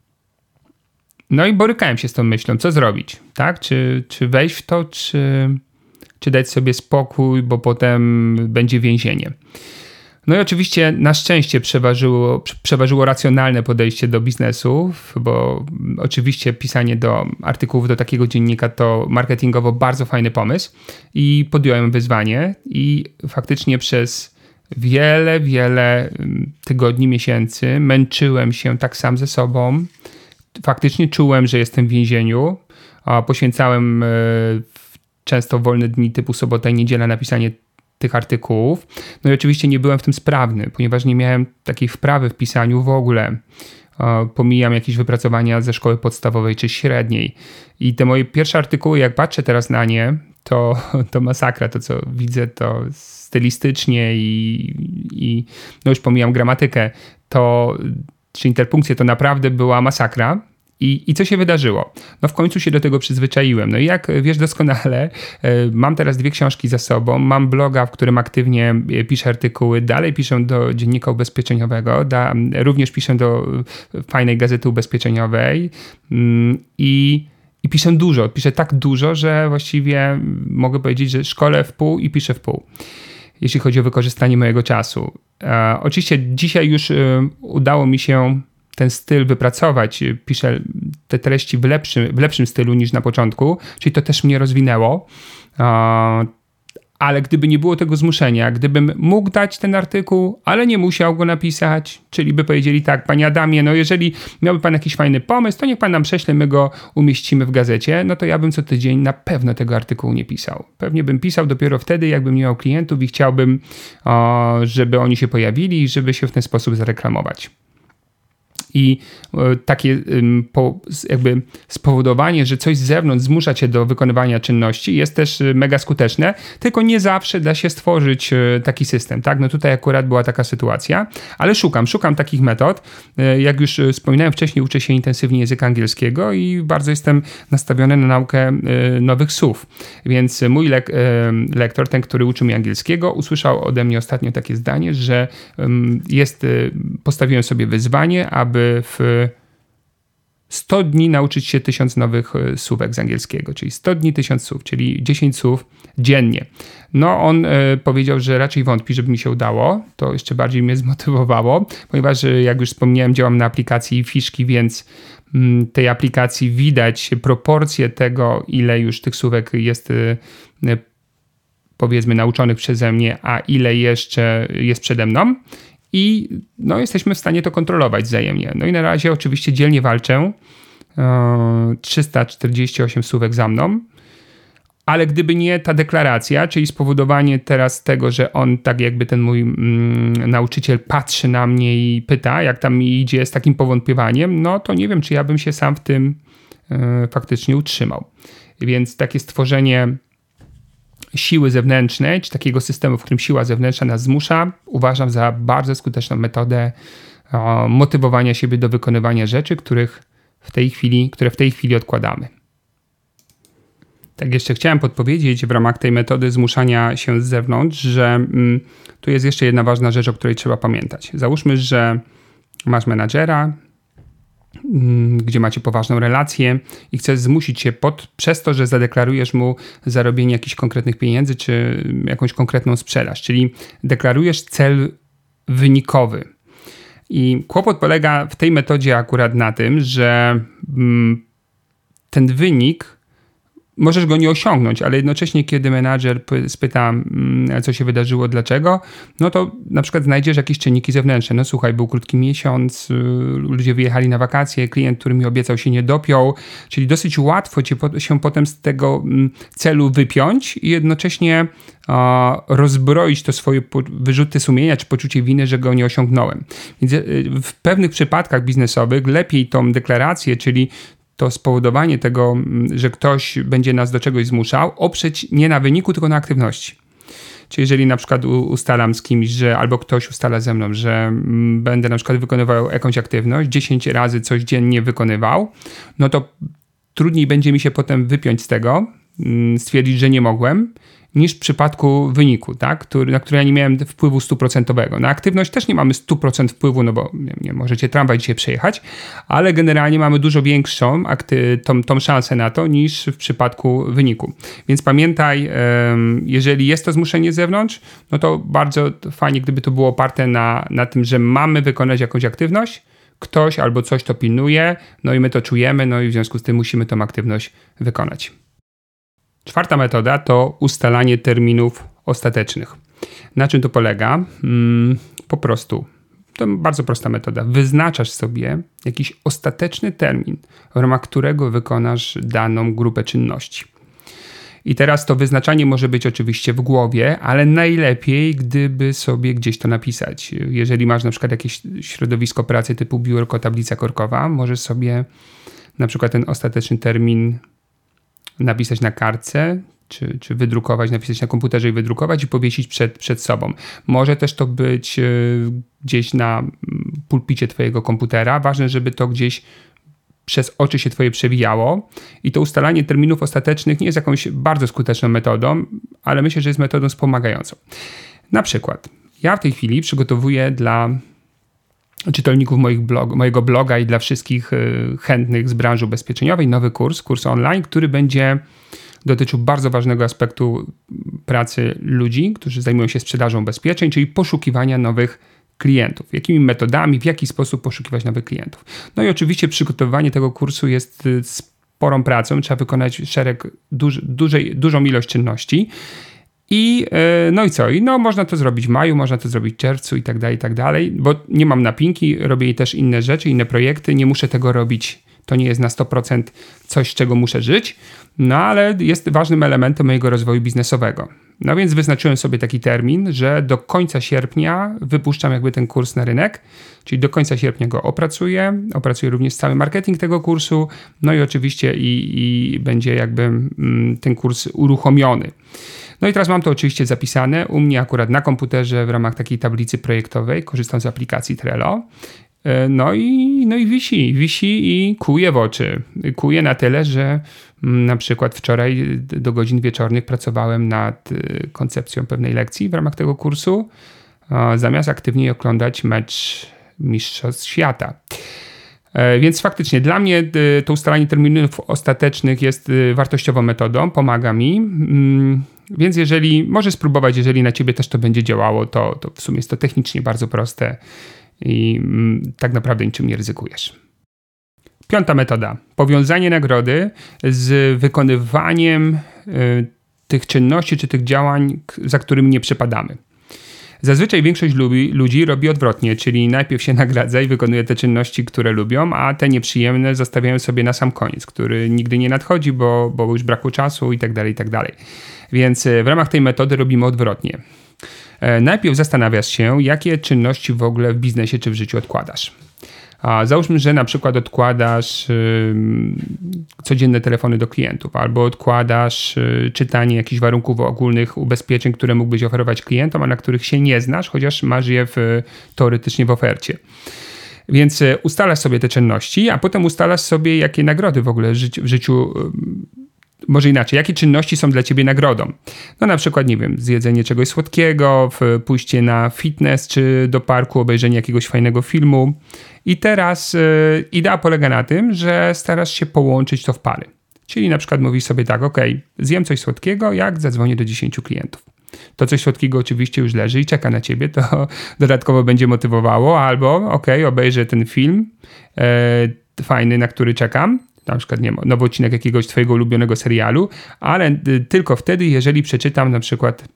no i borykałem się z tą myślą, co zrobić, tak? Czy, czy wejść w to, czy, czy dać sobie spokój, bo potem będzie więzienie. No i oczywiście na szczęście przeważyło, przeważyło racjonalne podejście do biznesu, bo oczywiście pisanie do artykułów do takiego dziennika to marketingowo bardzo fajny pomysł i podjąłem wyzwanie i faktycznie przez wiele, wiele tygodni, miesięcy męczyłem się tak sam ze sobą. Faktycznie czułem, że jestem w więzieniu. Poświęcałem często wolne dni typu sobota i niedziela na pisanie tych artykułów. No i oczywiście nie byłem w tym sprawny, ponieważ nie miałem takiej wprawy w pisaniu w ogóle. Pomijam jakieś wypracowania ze szkoły podstawowej czy średniej. I te moje pierwsze artykuły, jak patrzę teraz na nie, to, to masakra. To, co widzę, to stylistycznie i, i no już pomijam gramatykę, to czy interpunkcję, to naprawdę była masakra. I, I co się wydarzyło? No w końcu się do tego przyzwyczaiłem. No i jak wiesz doskonale, mam teraz dwie książki za sobą, mam bloga, w którym aktywnie piszę artykuły, dalej piszę do dziennika ubezpieczeniowego, da, również piszę do fajnej gazety ubezpieczeniowej i, i piszę dużo. Piszę tak dużo, że właściwie mogę powiedzieć, że szkolę w pół i piszę w pół, jeśli chodzi o wykorzystanie mojego czasu. E, oczywiście dzisiaj już e, udało mi się ten styl wypracować, piszę te treści w lepszym, w lepszym stylu niż na początku, czyli to też mnie rozwinęło, ale gdyby nie było tego zmuszenia, gdybym mógł dać ten artykuł, ale nie musiał go napisać, czyli by powiedzieli tak, panie Adamie, no jeżeli miałby pan jakiś fajny pomysł, to niech pan nam prześle, my go umieścimy w gazecie, no to ja bym co tydzień na pewno tego artykułu nie pisał. Pewnie bym pisał dopiero wtedy, jakbym nie miał klientów i chciałbym, żeby oni się pojawili i żeby się w ten sposób zareklamować. I takie jakby spowodowanie, że coś z zewnątrz zmusza cię do wykonywania czynności jest też mega skuteczne, tylko nie zawsze da się stworzyć taki system, tak? No tutaj akurat była taka sytuacja, ale szukam, szukam takich metod. Jak już wspominałem wcześniej, uczę się intensywnie języka angielskiego i bardzo jestem nastawiony na naukę nowych słów. Więc mój lek- lektor, ten, który uczy mnie angielskiego, usłyszał ode mnie ostatnio takie zdanie, że jest, postawiłem sobie wyzwanie, aby w sto dni nauczyć się tysiąc nowych słówek z angielskiego, czyli sto dni, tysiąc słów, czyli dziesięć słów dziennie. No on y, powiedział, że raczej wątpi, żeby mi się udało. To jeszcze bardziej mnie zmotywowało, ponieważ y, jak już wspomniałem, działam na aplikacji Fiszki, więc y, tej aplikacji widać proporcje tego, ile już tych słówek jest y, y, powiedzmy nauczonych przeze mnie, a ile jeszcze jest przede mną. I no, jesteśmy w stanie to kontrolować wzajemnie. No i na razie oczywiście dzielnie walczę. trzysta czterdzieści osiem słówek za mną. Ale gdyby nie ta deklaracja, czyli spowodowanie teraz tego, że on tak jakby ten mój mm, nauczyciel patrzy na mnie i pyta, jak tam mi idzie z takim powątpiewaniem, no to nie wiem, czy ja bym się sam w tym y, faktycznie utrzymał. Więc takie stworzenie siły zewnętrznej, czy takiego systemu, w którym siła zewnętrzna nas zmusza, uważam za bardzo skuteczną metodę o, motywowania siebie do wykonywania rzeczy, których w tej chwili, które w tej chwili odkładamy. Tak jeszcze chciałem podpowiedzieć w ramach tej metody zmuszania się z zewnątrz, że mm, tu jest jeszcze jedna ważna rzecz, o której trzeba pamiętać. Załóżmy, że masz menadżera, gdzie macie poważną relację i chcesz zmusić się pod, przez to, że zadeklarujesz mu zarobienie jakichś konkretnych pieniędzy czy jakąś konkretną sprzedaż, czyli deklarujesz cel wynikowy. I kłopot polega w tej metodzie akurat na tym, że ten wynik możesz go nie osiągnąć, ale jednocześnie kiedy menadżer spyta, co się wydarzyło, dlaczego, no to na przykład znajdziesz jakieś czynniki zewnętrzne. No słuchaj, był krótki miesiąc, ludzie wyjechali na wakacje, klient, który mi obiecał, się nie dopiął, czyli dosyć łatwo cię się potem z tego celu wypiąć i jednocześnie rozbroić to swoje wyrzuty sumienia czy poczucie winy, że go nie osiągnąłem. Więc w pewnych przypadkach biznesowych lepiej tą deklarację, czyli to spowodowanie tego, że ktoś będzie nas do czegoś zmuszał, oprzeć nie na wyniku, tylko na aktywności. Czyli jeżeli na przykład ustalam z kimś, że albo ktoś ustala ze mną, że będę na przykład wykonywał jakąś aktywność, dziesięć razy coś dziennie wykonywał, no to trudniej będzie mi się potem wypiąć z tego, stwierdzić, że nie mogłem, niż w przypadku wyniku, tak? Który, na który ja nie miałem wpływu stuprocentowego. Na aktywność też nie mamy stu procent wpływu, no bo nie, nie możecie tramwaj dzisiaj przejechać, ale generalnie mamy dużo większą akty- tą, tą szansę na to niż w przypadku wyniku. Więc pamiętaj, jeżeli jest to zmuszenie z zewnątrz, no to bardzo fajnie, gdyby to było oparte na, na tym, że mamy wykonać jakąś aktywność, ktoś albo coś to pilnuje, no i my to czujemy, no i w związku z tym musimy tą aktywność wykonać. Czwarta metoda to ustalanie terminów ostatecznych. Na czym to polega? Hmm, po prostu, to bardzo prosta metoda. Wyznaczasz sobie jakiś ostateczny termin, w ramach którego wykonasz daną grupę czynności. I teraz to wyznaczanie może być oczywiście w głowie, ale najlepiej, gdyby sobie gdzieś to napisać. Jeżeli masz na przykład jakieś środowisko pracy typu biurko, tablica korkowa, możesz sobie na przykład ten ostateczny termin napisać na kartce, czy, czy wydrukować, napisać na komputerze i wydrukować i powiesić przed, przed sobą. Może też to być y, gdzieś na pulpicie twojego komputera. Ważne, żeby to gdzieś przez oczy się twoje przewijało i to ustalanie terminów ostatecznych nie jest jakąś bardzo skuteczną metodą, ale myślę, że jest metodą wspomagającą. Na przykład ja w tej chwili przygotowuję dla czytelników moich blog, mojego bloga i dla wszystkich y, chętnych z branży ubezpieczeniowej nowy kurs, kurs online, który będzie dotyczył bardzo ważnego aspektu pracy ludzi, którzy zajmują się sprzedażą ubezpieczeń, czyli poszukiwania nowych klientów. Jakimi metodami, w jaki sposób poszukiwać nowych klientów. No i oczywiście przygotowywanie tego kursu jest sporą pracą, trzeba wykonać szereg, duży, dużej, dużą ilość czynności. I no i co? I no można to zrobić w maju, można to zrobić w czerwcu i tak dalej, i tak dalej, bo nie mam napinki, robię też inne rzeczy, inne projekty, nie muszę tego robić, to nie jest na sto procent coś, z czego muszę żyć, no ale jest ważnym elementem mojego rozwoju biznesowego. No więc wyznaczyłem sobie taki termin, że do końca sierpnia wypuszczam jakby ten kurs na rynek, czyli do końca sierpnia go opracuję, opracuję również cały marketing tego kursu, no i oczywiście i, i będzie jakby mm, ten kurs uruchomiony. No i teraz mam to oczywiście zapisane u mnie akurat na komputerze w ramach takiej tablicy projektowej, korzystam z aplikacji Trello. No i, no i wisi, wisi i kuje w oczy. Kuje na tyle, że na przykład wczoraj do godzin wieczornych pracowałem nad koncepcją pewnej lekcji w ramach tego kursu, zamiast aktywnie oglądać mecz Mistrzostw Świata. Więc faktycznie dla mnie to ustalanie terminów ostatecznych jest wartościową metodą, pomaga mi. Więc jeżeli, możesz spróbować, jeżeli na ciebie też to będzie działało, to, to w sumie jest to technicznie bardzo proste i tak naprawdę niczym nie ryzykujesz. Piąta metoda. Powiązanie nagrody z wykonywaniem y, tych czynności czy tych działań, za którymi nie przepadamy. Zazwyczaj większość lubi, ludzi robi odwrotnie, czyli najpierw się nagradza i wykonuje te czynności, które lubią, a te nieprzyjemne zostawiają sobie na sam koniec, który nigdy nie nadchodzi, bo, bo już brakło czasu i tak dalej, i tak dalej. Więc w ramach tej metody robimy odwrotnie. Najpierw zastanawiasz się, jakie czynności w ogóle w biznesie czy w życiu odkładasz. A załóżmy, że na przykład odkładasz y, codzienne telefony do klientów, albo odkładasz y, czytanie jakichś warunków ogólnych ubezpieczeń, które mógłbyś oferować klientom, a na których się nie znasz, chociaż masz je w, teoretycznie w ofercie. Więc y, ustalasz sobie te czynności, a potem ustalasz sobie, jakie nagrody w ogóle w życiu, w życiu y, może inaczej, jakie czynności są dla ciebie nagrodą? No na przykład, nie wiem, zjedzenie czegoś słodkiego, pójście na fitness, czy do parku, obejrzenie jakiegoś fajnego filmu. I teraz yy, idea polega na tym, że starasz się połączyć to w pary. Czyli na przykład mówisz sobie tak, ok, zjem coś słodkiego, jak zadzwonię do dziesięciu klientów. To coś słodkiego oczywiście już leży i czeka na ciebie, to dodatkowo będzie motywowało, albo ok, obejrzę ten film yy, fajny, na który czekam, na przykład nie wiem, nowy odcinek jakiegoś twojego ulubionego serialu, ale tylko wtedy, jeżeli przeczytam na przykład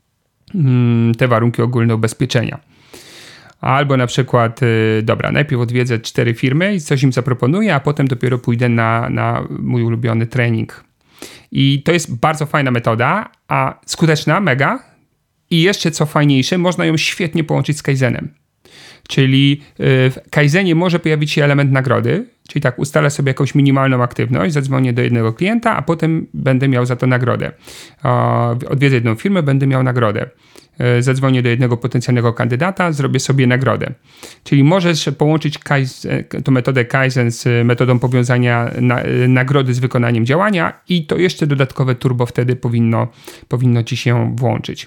mm, te warunki ogólne ubezpieczenia. Albo na przykład, yy, dobra, najpierw odwiedzę cztery firmy i coś im zaproponuję, a potem dopiero pójdę na, na mój ulubiony trening. I to jest bardzo fajna metoda, a skuteczna, mega. I jeszcze co fajniejsze, można ją świetnie połączyć z Kaizenem. Czyli w Kaizenie może pojawić się element nagrody, czyli tak ustalę sobie jakąś minimalną aktywność, zadzwonię do jednego klienta, a potem będę miał za to nagrodę. Odwiedzę jedną firmę, będę miał nagrodę. Zadzwonię do jednego potencjalnego kandydata, zrobię sobie nagrodę. Czyli możesz połączyć Kaizen, tę metodę Kaizen z metodą powiązania na, nagrody z wykonaniem działania i to jeszcze dodatkowe turbo wtedy powinno, powinno ci się włączyć.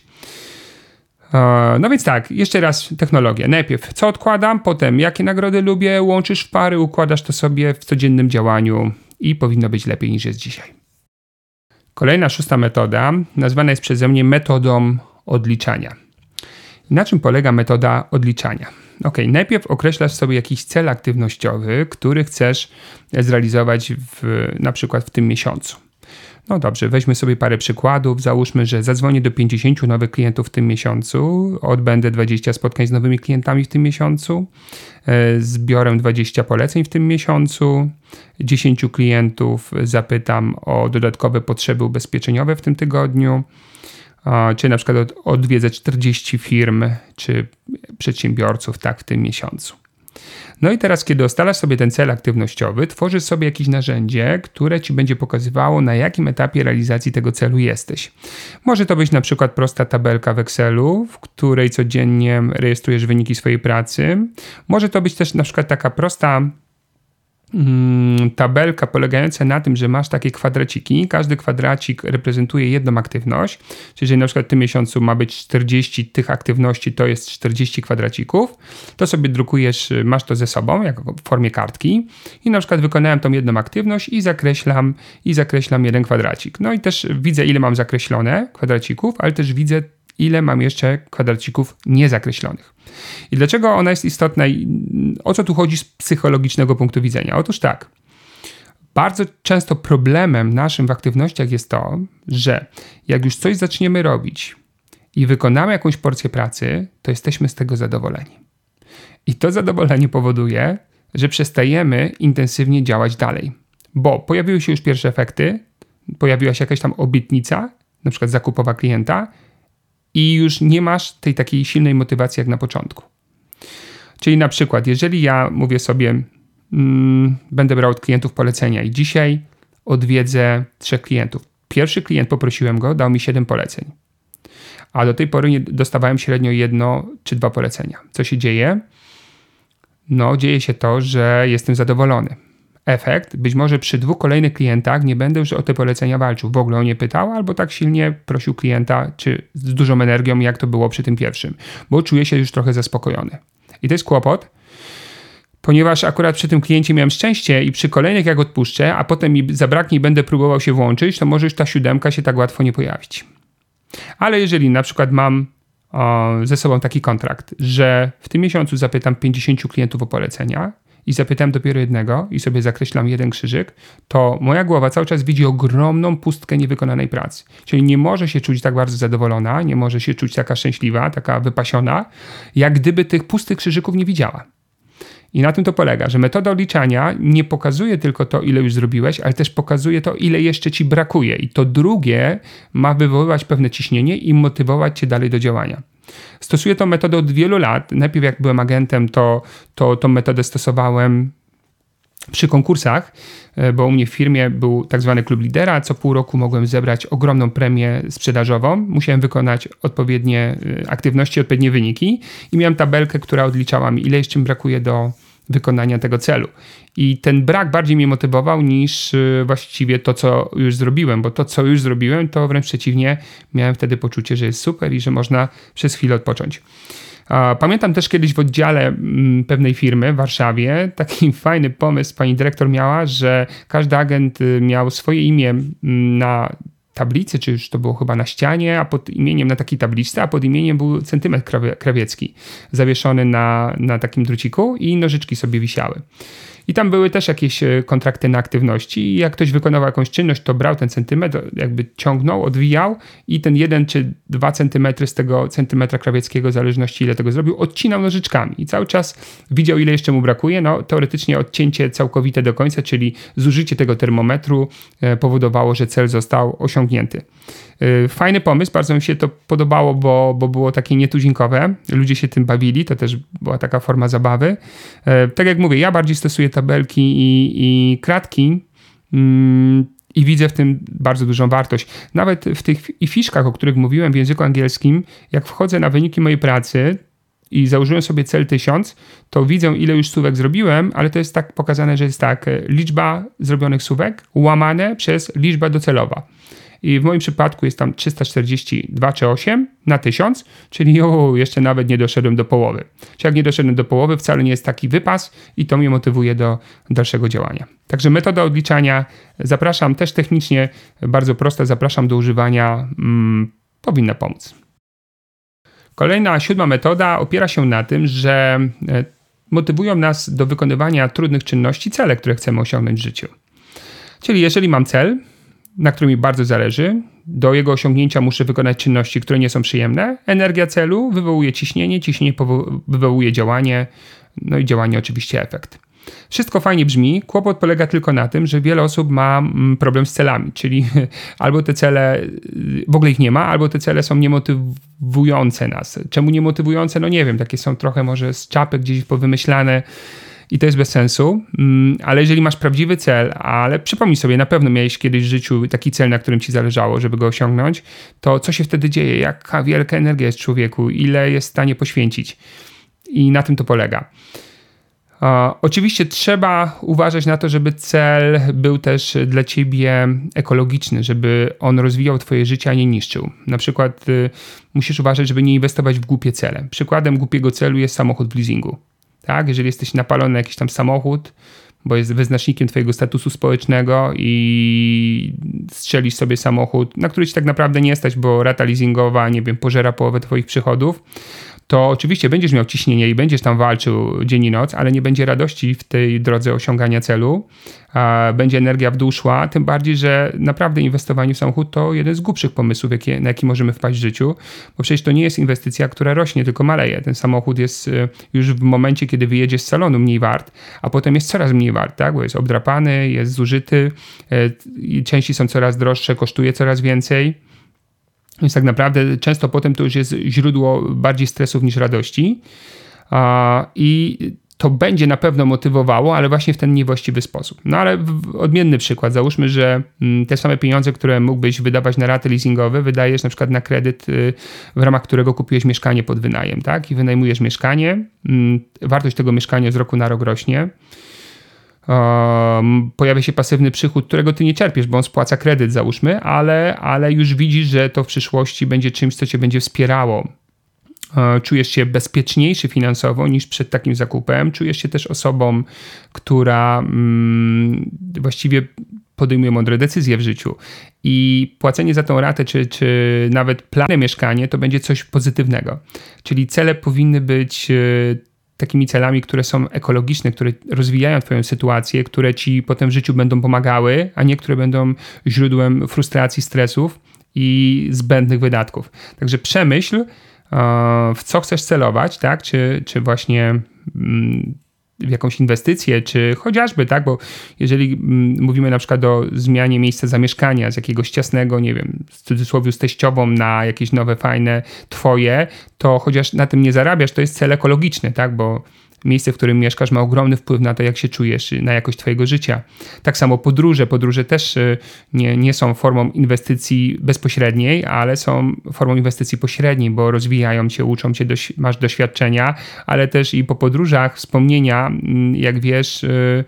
No więc tak, jeszcze raz technologia. Najpierw co odkładam, potem jakie nagrody lubię, łączysz w pary, układasz to sobie w codziennym działaniu i powinno być lepiej niż jest dzisiaj. Kolejna, szósta metoda nazwana jest przeze mnie metodą odliczania. Na czym polega metoda odliczania? Ok, najpierw określasz sobie jakiś cel aktywnościowy, który chcesz zrealizować w, na przykład w tym miesiącu. No dobrze, weźmy sobie parę przykładów. Załóżmy, że zadzwonię do pięćdziesięciu nowych klientów w tym miesiącu, odbędę dwadzieścia spotkań z nowymi klientami w tym miesiącu, zbiorę dwadzieścia poleceń w tym miesiącu, dziesięciu klientów zapytam o dodatkowe potrzeby ubezpieczeniowe w tym tygodniu, czy na przykład odwiedzę czterdzieści firm czy przedsiębiorców tak w tym miesiącu. No i teraz, kiedy ustalasz sobie ten cel aktywnościowy, tworzysz sobie jakieś narzędzie, które ci będzie pokazywało, na jakim etapie realizacji tego celu jesteś. Może to być na przykład prosta tabelka w Excelu, w której codziennie rejestrujesz wyniki swojej pracy. Może to być też na przykład taka prosta mm, tabelka polegająca na tym, że masz takie kwadraciki. Każdy kwadracik reprezentuje jedną aktywność. Czyli jeżeli na przykład w tym miesiącu ma być czterdzieści tych aktywności, to jest czterdzieści kwadracików, to sobie drukujesz, masz to ze sobą jako w formie kartki i na przykład wykonałem tą jedną aktywność i zakreślam i zakreślam jeden kwadracik. No i też widzę, ile mam zakreślone kwadracików, ale też widzę, ile mam jeszcze kwadracików niezakreślonych. I dlaczego ona jest istotna i o co tu chodzi z psychologicznego punktu widzenia? Otóż tak, bardzo często problemem naszym w aktywnościach jest to, że jak już coś zaczniemy robić i wykonamy jakąś porcję pracy, to jesteśmy z tego zadowoleni. I to zadowolenie powoduje, że przestajemy intensywnie działać dalej, bo pojawiły się już pierwsze efekty, pojawiła się jakaś tam obietnica, na przykład zakupowa klienta, i już nie masz tej takiej silnej motywacji jak na początku. Czyli na przykład, jeżeli ja mówię sobie, mm, będę brał od klientów polecenia i dzisiaj odwiedzę trzech klientów. Pierwszy klient, poprosiłem go, dał mi siedem poleceń. A do tej pory nie dostawałem średnio jedno czy dwa polecenia. Co się dzieje? No, dzieje się to, że jestem zadowolony. Efekt, być może przy dwóch kolejnych klientach nie będę już o te polecenia walczył, w ogóle o nie pytał, albo tak silnie prosił klienta, czy z dużą energią, jak to było przy tym pierwszym, bo czuję się już trochę zaspokojony. I to jest kłopot, ponieważ akurat przy tym kliencie miałem szczęście i przy kolejnych jak odpuszczę, a potem mi zabraknie i będę próbował się włączyć, to może już ta siódemka się tak łatwo nie pojawić. Ale jeżeli na przykład mam o, ze sobą taki kontrakt, że w tym miesiącu zapytam pięćdziesięciu klientów o polecenia i zapytam dopiero jednego i sobie zakreślam jeden krzyżyk, to moja głowa cały czas widzi ogromną pustkę niewykonanej pracy. Czyli nie może się czuć tak bardzo zadowolona, nie może się czuć taka szczęśliwa, taka wypasiona, jak gdyby tych pustych krzyżyków nie widziała. I na tym to polega, że metoda odliczania nie pokazuje tylko to, ile już zrobiłeś, ale też pokazuje to, ile jeszcze ci brakuje. I to drugie ma wywoływać pewne ciśnienie i motywować cię dalej do działania. Stosuję tą metodę od wielu lat. Najpierw jak byłem agentem, to, to tą metodę stosowałem przy konkursach, bo u mnie w firmie był tak zwany klub lidera. Co pół roku mogłem zebrać ogromną premię sprzedażową. Musiałem wykonać odpowiednie aktywności, odpowiednie wyniki i miałem tabelkę, która odliczała mi, ile jeszcze mi brakuje do wykonania tego celu. I ten brak bardziej mnie motywował niż właściwie to, co już zrobiłem, bo to, co już zrobiłem, to wręcz przeciwnie, miałem wtedy poczucie, że jest super i że można przez chwilę odpocząć. Pamiętam też kiedyś w oddziale pewnej firmy w Warszawie taki fajny pomysł pani dyrektor miała, że każdy agent miał swoje imię na tablicy, czy już to było chyba na ścianie, a pod imieniem na takiej tabliczce, a pod imieniem był centymetr krawiecki zawieszony na, na takim druciku i nożyczki sobie wisiały. I tam były też jakieś kontrakty na aktywności i jak ktoś wykonywał jakąś czynność, to brał ten centymetr, jakby ciągnął, odwijał i ten jeden czy dwa centymetry z tego centymetra krawieckiego, w zależności ile tego zrobił, odcinał nożyczkami i cały czas widział, ile jeszcze mu brakuje. No teoretycznie odcięcie całkowite do końca, czyli zużycie tego termometru powodowało, że cel został osiągnięty. Fajny pomysł, bardzo mi się to podobało, bo, bo było takie nietuzinkowe. Ludzie się tym bawili, to też była taka forma zabawy. Tak jak mówię, ja bardziej stosuję tabelki i, i kratki mm, i widzę w tym bardzo dużą wartość. Nawet w tych i fiszkach, o których mówiłem w języku angielskim, jak wchodzę na wyniki mojej pracy i założyłem sobie cel tysiąc, to widzę, ile już słówek zrobiłem, ale to jest tak pokazane, że jest tak, liczba zrobionych słówek łamane przez liczba docelowa. I w moim przypadku jest tam trzysta czterdzieści dwa czy osiem na tysiąc, czyli o, jeszcze nawet nie doszedłem do połowy. Czyli jak nie doszedłem do połowy, wcale nie jest taki wypas i to mnie motywuje do dalszego działania. Także metoda odliczania, zapraszam też technicznie, bardzo prosta, zapraszam do używania, hmm, powinna pomóc. Kolejna, siódma metoda opiera się na tym, że motywują nas do wykonywania trudnych czynności cele, które chcemy osiągnąć w życiu. Czyli jeżeli mam cel, na którym mi bardzo zależy, do jego osiągnięcia muszę wykonać czynności, które nie są przyjemne. Energia celu wywołuje ciśnienie, ciśnienie wywołuje działanie, no i działanie oczywiście efekt. Wszystko fajnie brzmi, kłopot polega tylko na tym, że wiele osób ma problem z celami, czyli albo te cele, w ogóle ich nie ma, albo te cele są niemotywujące nas. Czemu niemotywujące? No nie wiem, takie są trochę może z czapy gdzieś powymyślane, i to jest bez sensu, ale jeżeli masz prawdziwy cel, ale przypomnij sobie, na pewno miałeś kiedyś w życiu taki cel, na którym ci zależało, żeby go osiągnąć, to co się wtedy dzieje? Jaka wielka energia jest w człowieku? Ile jest w stanie poświęcić? I na tym to polega. Oczywiście trzeba uważać na to, żeby cel był też dla ciebie ekologiczny, żeby on rozwijał twoje życie, a nie niszczył. Na przykład y, musisz uważać, żeby nie inwestować w głupie cele. Przykładem głupiego celu jest samochód w leasingu. Tak? Jeżeli jesteś napalony na jakiś tam samochód, bo jest wyznacznikiem twojego statusu społecznego i strzelisz sobie samochód, na który ci tak naprawdę nie stać, bo rata leasingowa, nie wiem, pożera połowę twoich przychodów, to oczywiście będziesz miał ciśnienie i będziesz tam walczył dzień i noc, ale nie będzie radości w tej drodze osiągania celu. Będzie energia w dół szła, tym bardziej, że naprawdę inwestowanie w samochód to jeden z głupszych pomysłów, jakie, na jaki możemy wpaść w życiu, bo przecież to nie jest inwestycja, która rośnie, tylko maleje. Ten samochód jest już w momencie, kiedy wyjedzie z salonu, mniej wart, a potem jest coraz mniej wart, tak? Bo jest obdrapany, jest zużyty, i części są coraz droższe, kosztuje coraz więcej. Więc tak naprawdę często potem to już jest źródło bardziej stresów niż radości i to będzie na pewno motywowało, ale właśnie w ten niewłaściwy sposób. No ale odmienny przykład. Załóżmy, że te same pieniądze, które mógłbyś wydawać na raty leasingowe, wydajesz na przykład na kredyt, w ramach którego kupiłeś mieszkanie pod wynajem, tak? I wynajmujesz mieszkanie. Wartość tego mieszkania z roku na rok rośnie. Um, pojawia się pasywny przychód, którego ty nie czerpiesz, bo on spłaca kredyt, załóżmy, ale, ale już widzisz, że to w przyszłości będzie czymś, co cię będzie wspierało czujesz się bezpieczniejszy finansowo niż przed takim zakupem, czujesz się też osobą, która mm, właściwie podejmuje mądre decyzje w życiu i płacenie za tą ratę, czy, czy nawet planowane mieszkanie, to będzie coś pozytywnego. Czyli cele powinny być takimi celami, które są ekologiczne, które rozwijają twoją sytuację, które ci potem w życiu będą pomagały, a nie które będą źródłem frustracji, stresów i zbędnych wydatków. Także przemyśl, w co chcesz celować, tak? Czy, czy właśnie w jakąś inwestycję, czy chociażby, tak? Bo jeżeli mówimy na przykład o zmianie miejsca zamieszkania z jakiegoś ciasnego, nie wiem, w cudzysłowie z teściową na jakieś nowe, fajne twoje, to chociaż na tym nie zarabiasz, to jest cel ekologiczny, tak? Bo miejsce, w którym mieszkasz, ma ogromny wpływ na to, jak się czujesz, na jakość twojego życia. Tak samo podróże. Podróże też nie, nie są formą inwestycji bezpośredniej, ale są formą inwestycji pośredniej, bo rozwijają cię, uczą cię, doś- masz doświadczenia, ale też i po podróżach wspomnienia, jak wiesz,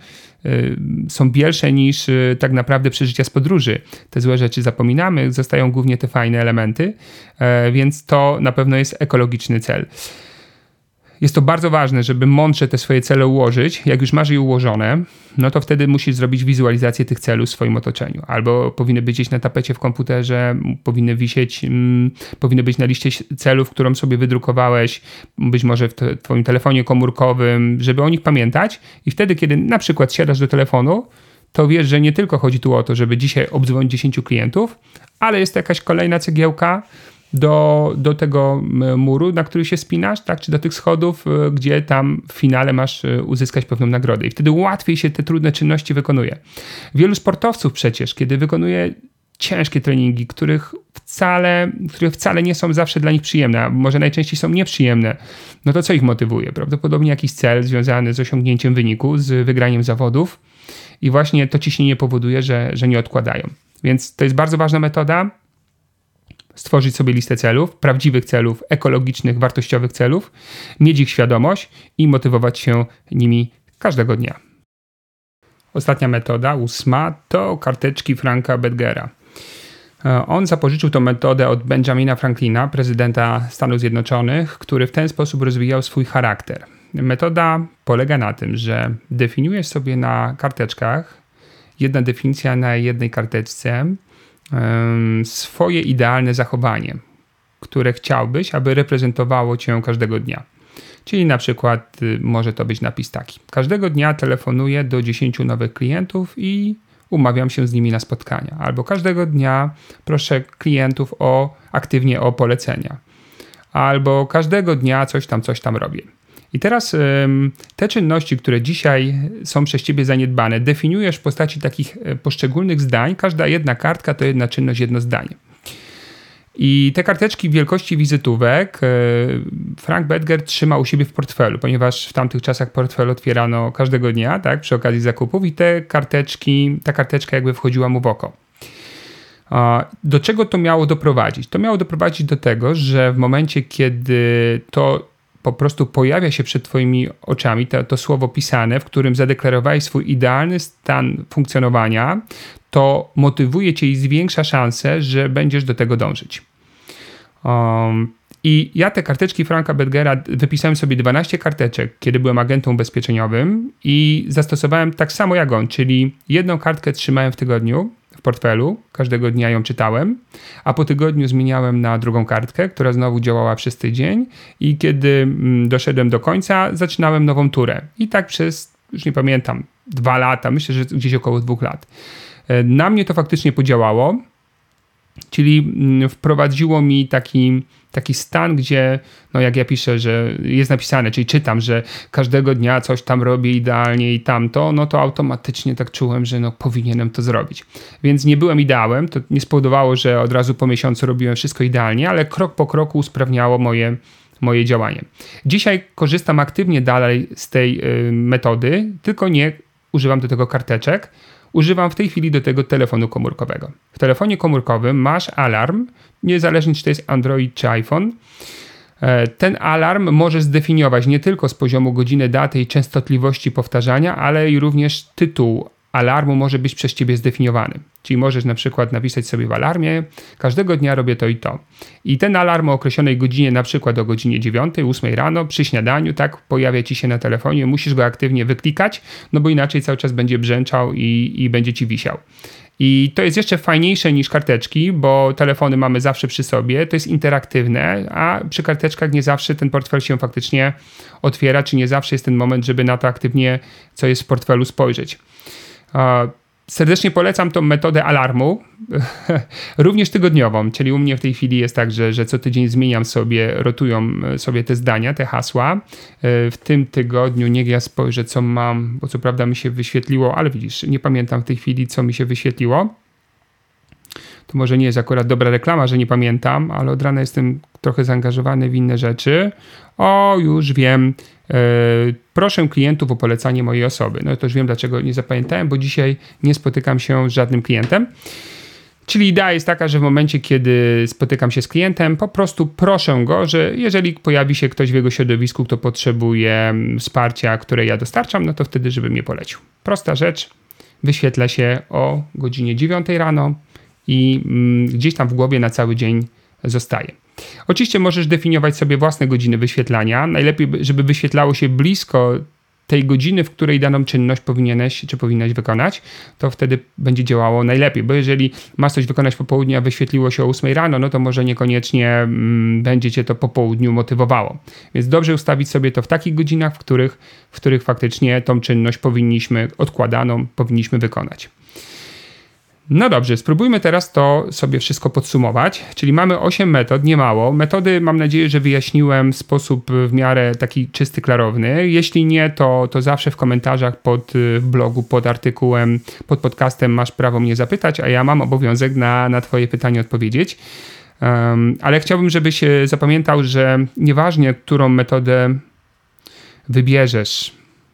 są bielsze niż tak naprawdę przeżycia z podróży. Te złe rzeczy zapominamy, zostają głównie te fajne elementy, więc to na pewno jest ekologiczny cel. Jest to bardzo ważne, żeby mądrze te swoje cele ułożyć. Jak już masz je ułożone, no to wtedy musisz zrobić wizualizację tych celów w swoim otoczeniu. Albo powinny być gdzieś na tapecie w komputerze, powinny wisieć, mm, powinny być na liście celów, którą sobie wydrukowałeś, być może w te, twoim telefonie komórkowym, żeby o nich pamiętać. I wtedy, kiedy na przykład siadasz do telefonu, to wiesz, że nie tylko chodzi tu o to, żeby dzisiaj obdzwonić dziesięciu klientów, ale jest jakaś kolejna cegiełka do, do tego muru, na który się spinasz, tak? Czy do tych schodów, gdzie tam w finale masz uzyskać pewną nagrodę. I wtedy łatwiej się te trudne czynności wykonuje. Wielu sportowców przecież, kiedy wykonuje ciężkie treningi, których wcale, które wcale nie są zawsze dla nich przyjemne, a może najczęściej są nieprzyjemne, no to co ich motywuje? Prawdopodobnie jakiś cel związany z osiągnięciem wyniku, z wygraniem zawodów i właśnie to ciśnienie powoduje, że, że nie odkładają. Więc to jest bardzo ważna metoda. Stworzyć sobie listę celów, prawdziwych celów, ekologicznych, wartościowych celów, mieć ich świadomość i motywować się nimi każdego dnia. Ostatnia metoda, ósma, to karteczki Franka Bettgera. On zapożyczył tę metodę od Benjamina Franklina, prezydenta Stanów Zjednoczonych, który w ten sposób rozwijał swój charakter. Metoda polega na tym, że definiujesz sobie na karteczkach, jedna definicja na jednej karteczce, swoje idealne zachowanie, które chciałbyś, aby reprezentowało cię każdego dnia. Czyli na przykład może to być napis taki. Każdego dnia telefonuję do dziesięciu nowych klientów i umawiam się z nimi na spotkania. Albo każdego dnia proszę klientów o aktywnie o polecenia. Albo każdego dnia coś tam, coś tam robię. I teraz ym, te czynności, które dzisiaj są przez ciebie zaniedbane, definiujesz w postaci takich poszczególnych zdań. Każda jedna kartka to jedna czynność, jedno zdanie. I te karteczki wielkości wizytówek yy, Frank Bettger trzyma u siebie w portfelu, ponieważ w tamtych czasach portfel otwierano każdego dnia, tak, przy okazji zakupów i te karteczki, ta karteczka jakby wchodziła mu w oko. Do czego to miało doprowadzić? To miało doprowadzić do tego, że w momencie, kiedy to po prostu pojawia się przed twoimi oczami to, to słowo pisane, w którym zadeklarowałeś swój idealny stan funkcjonowania, to motywuje cię i zwiększa szansę, że będziesz do tego dążyć. Um, I ja te karteczki Franka Bettgera wypisałem sobie dwanaście karteczek, kiedy byłem agentem ubezpieczeniowym i zastosowałem tak samo jak on, czyli jedną kartkę trzymałem w tygodniu w portfelu, każdego dnia ją czytałem, a po tygodniu zmieniałem na drugą kartkę, która znowu działała przez tydzień i kiedy doszedłem do końca, zaczynałem nową turę. I tak przez, już nie pamiętam, dwa lata, myślę, że gdzieś około dwóch lat. Na mnie to faktycznie podziałało, czyli wprowadziło mi taki, taki stan, gdzie, no jak ja piszę, że jest napisane, czyli czytam, że każdego dnia coś tam robię idealnie i tamto, no to automatycznie tak czułem, że no powinienem to zrobić. Więc nie byłem ideałem, to nie spowodowało, że od razu po miesiącu robiłem wszystko idealnie, ale krok po kroku usprawniało moje, moje działanie. Dzisiaj korzystam aktywnie dalej z tej y, metody, tylko nie używam do tego karteczek. Używam w tej chwili do tego telefonu komórkowego. W telefonie komórkowym masz alarm, niezależnie czy to jest Android czy iPhone. Ten alarm możesz zdefiniować nie tylko z poziomu godziny, daty i częstotliwości powtarzania, ale i również tytułu alarmu może być przez ciebie zdefiniowany. Czyli możesz na przykład napisać sobie w alarmie, każdego dnia robię to i to. I ten alarm o określonej godzinie, na przykład o godzinie dziewiątej, ósmej rano, przy śniadaniu, tak, pojawia ci się na telefonie, musisz go aktywnie wyklikać, no bo inaczej cały czas będzie brzęczał i, i będzie ci wisiał. I to jest jeszcze fajniejsze niż karteczki, bo telefony mamy zawsze przy sobie, to jest interaktywne, a przy karteczkach nie zawsze ten portfel się faktycznie otwiera, czy nie zawsze jest ten moment, żeby na to aktywnie, co jest w portfelu, spojrzeć. Serdecznie polecam tą metodę alarmu, również tygodniową, czyli u mnie w tej chwili jest tak, że, że co tydzień zmieniam sobie, rotują sobie te zdania, te hasła. W tym tygodniu niech ja spojrzę, co mam, bo co prawda mi się wyświetliło, ale widzisz, nie pamiętam w tej chwili, co mi się wyświetliło. To może nie jest akurat dobra reklama, że nie pamiętam, ale od rana jestem trochę zaangażowany w inne rzeczy. O, już wiem. Yy, proszę klientów o polecanie mojej osoby. No to już wiem, dlaczego nie zapamiętałem, bo dzisiaj nie spotykam się z żadnym klientem. Czyli idea jest taka, że w momencie, kiedy spotykam się z klientem, po prostu proszę go, że jeżeli pojawi się ktoś w jego środowisku, kto potrzebuje wsparcia, które ja dostarczam, no to wtedy, żeby mnie polecił. Prosta rzecz. Wyświetla się o godzinie dziewiątej rano i mm, gdzieś tam w głowie na cały dzień zostaje. Oczywiście możesz definiować sobie własne godziny wyświetlania. Najlepiej, żeby wyświetlało się blisko tej godziny, w której daną czynność powinieneś czy powinnaś wykonać, to wtedy będzie działało najlepiej, bo jeżeli masz coś wykonać po południu, a wyświetliło się o ósmej rano, no to może niekoniecznie mm, będzie cię to po południu motywowało. Więc dobrze ustawić sobie to w takich godzinach, w których, w których faktycznie tą czynność powinniśmy, odkładaną, powinniśmy wykonać. No dobrze, spróbujmy teraz to sobie wszystko podsumować, czyli mamy osiem metod, nie mało. Metody mam nadzieję, że wyjaśniłem w sposób w miarę taki czysty, klarowny. Jeśli nie, to, to zawsze w komentarzach pod w blogu, pod artykułem, pod podcastem masz prawo mnie zapytać, a ja mam obowiązek na, na twoje pytanie odpowiedzieć. Um, ale chciałbym, żebyś zapamiętał, że nieważnie, którą metodę wybierzesz,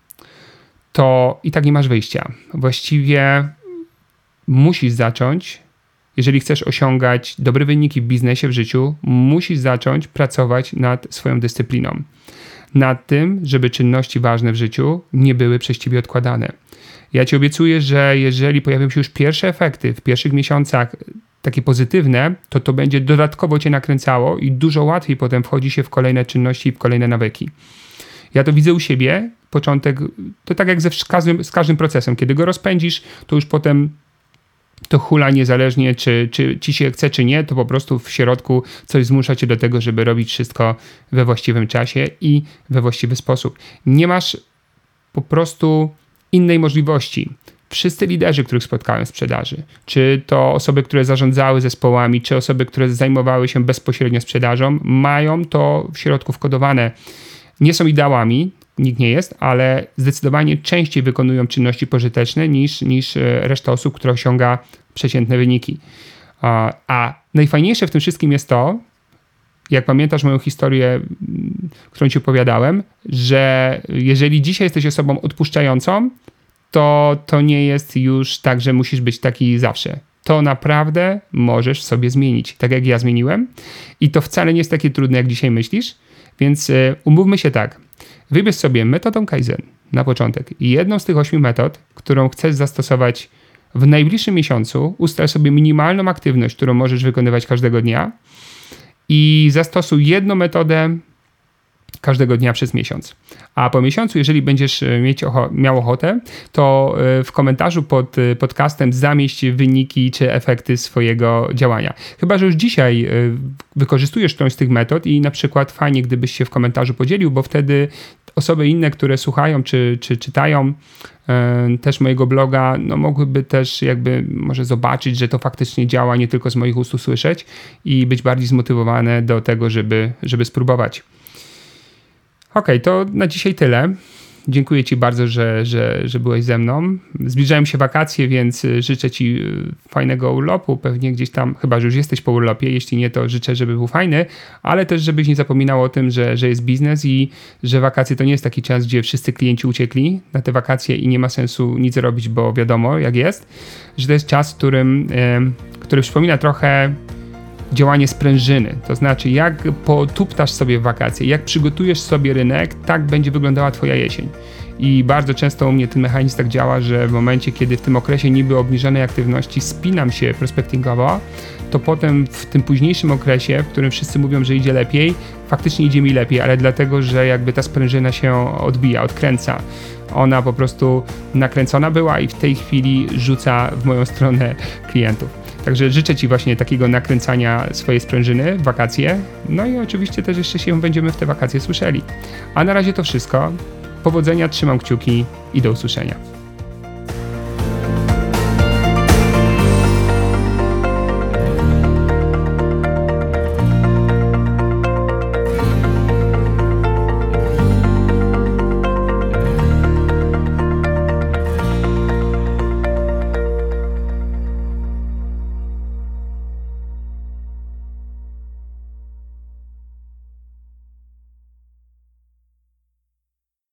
to i tak nie masz wyjścia. Właściwie musisz zacząć, jeżeli chcesz osiągać dobre wyniki w biznesie, w życiu, musisz zacząć pracować nad swoją dyscypliną. Nad tym, żeby czynności ważne w życiu nie były przez ciebie odkładane. Ja ci obiecuję, że jeżeli pojawią się już pierwsze efekty w pierwszych miesiącach, takie pozytywne, to to będzie dodatkowo cię nakręcało i dużo łatwiej potem wchodzi się w kolejne czynności i w kolejne nawyki. Ja to widzę u siebie. Początek, to tak jak ze każdym, z każdym procesem. Kiedy go rozpędzisz, to już potem to hula niezależnie, czy, czy ci się chce, czy nie, to po prostu w środku coś zmusza cię do tego, żeby robić wszystko we właściwym czasie i we właściwy sposób. Nie masz po prostu innej możliwości. Wszyscy liderzy, których spotkałem w sprzedaży, czy to osoby, które zarządzały zespołami, czy osoby, które zajmowały się bezpośrednio sprzedażą, mają to w środku wkodowane. Nie są ideałami, nikt nie jest, ale zdecydowanie częściej wykonują czynności pożyteczne niż, niż reszta osób, która osiąga przeciętne wyniki. A, a najfajniejsze w tym wszystkim jest to, jak pamiętasz moją historię, którą ci opowiadałem, że jeżeli dzisiaj jesteś osobą odpuszczającą, to to nie jest już tak, że musisz być taki zawsze. To naprawdę możesz sobie zmienić, tak jak ja zmieniłem. I to wcale nie jest takie trudne, jak dzisiaj myślisz. Więc umówmy się tak. Wybierz sobie metodę Kaizen na początek. I jedną z tych ośmiu metod, którą chcesz zastosować w najbliższym miesiącu, ustal sobie minimalną aktywność, którą możesz wykonywać każdego dnia i zastosuj jedną metodę każdego dnia przez miesiąc. A po miesiącu, jeżeli będziesz mieć ocho- miał ochotę, to w komentarzu pod podcastem zamieść wyniki czy efekty swojego działania. Chyba że już dzisiaj wykorzystujesz którąś z tych metod i na przykład fajnie, gdybyś się w komentarzu podzielił, bo wtedy osoby inne, które słuchają czy, czy czytają yy, też mojego bloga, no mogłyby też jakby może zobaczyć, że to faktycznie działa, nie tylko z moich ust usłyszeć i być bardziej zmotywowane do tego, żeby, żeby spróbować. Okej, okay, to na dzisiaj tyle. Dziękuję ci bardzo, że, że, że byłeś ze mną. Zbliżają się wakacje, więc życzę ci fajnego urlopu. Pewnie gdzieś tam, chyba że już jesteś po urlopie. Jeśli nie, to życzę, żeby był fajny, ale też żebyś nie zapominał o tym, że, że jest biznes i że wakacje to nie jest taki czas, gdzie wszyscy klienci uciekli na te wakacje i nie ma sensu nic robić, bo wiadomo jak jest. Że to jest czas, w którym, który przypomina trochę działanie sprężyny, to znaczy jak potuptasz sobie w wakacje, jak przygotujesz sobie rynek, tak będzie wyglądała twoja jesień. i bardzo często u mnie ten mechanizm tak działa, że w momencie, kiedy w tym okresie niby obniżonej aktywności spinam się prospectingowo, to potem w tym późniejszym okresie, w którym wszyscy mówią, że idzie lepiej, faktycznie idzie mi lepiej, ale dlatego, że jakby ta sprężyna się odbija, odkręca. Ona po prostu nakręcona była i w tej chwili rzuca w moją stronę klientów. Także życzę Ci właśnie takiego nakręcania swojej sprężyny w wakacje. No i oczywiście też jeszcze się będziemy w te wakacje słyszeli. A na razie to wszystko. Powodzenia, trzymam kciuki i do usłyszenia.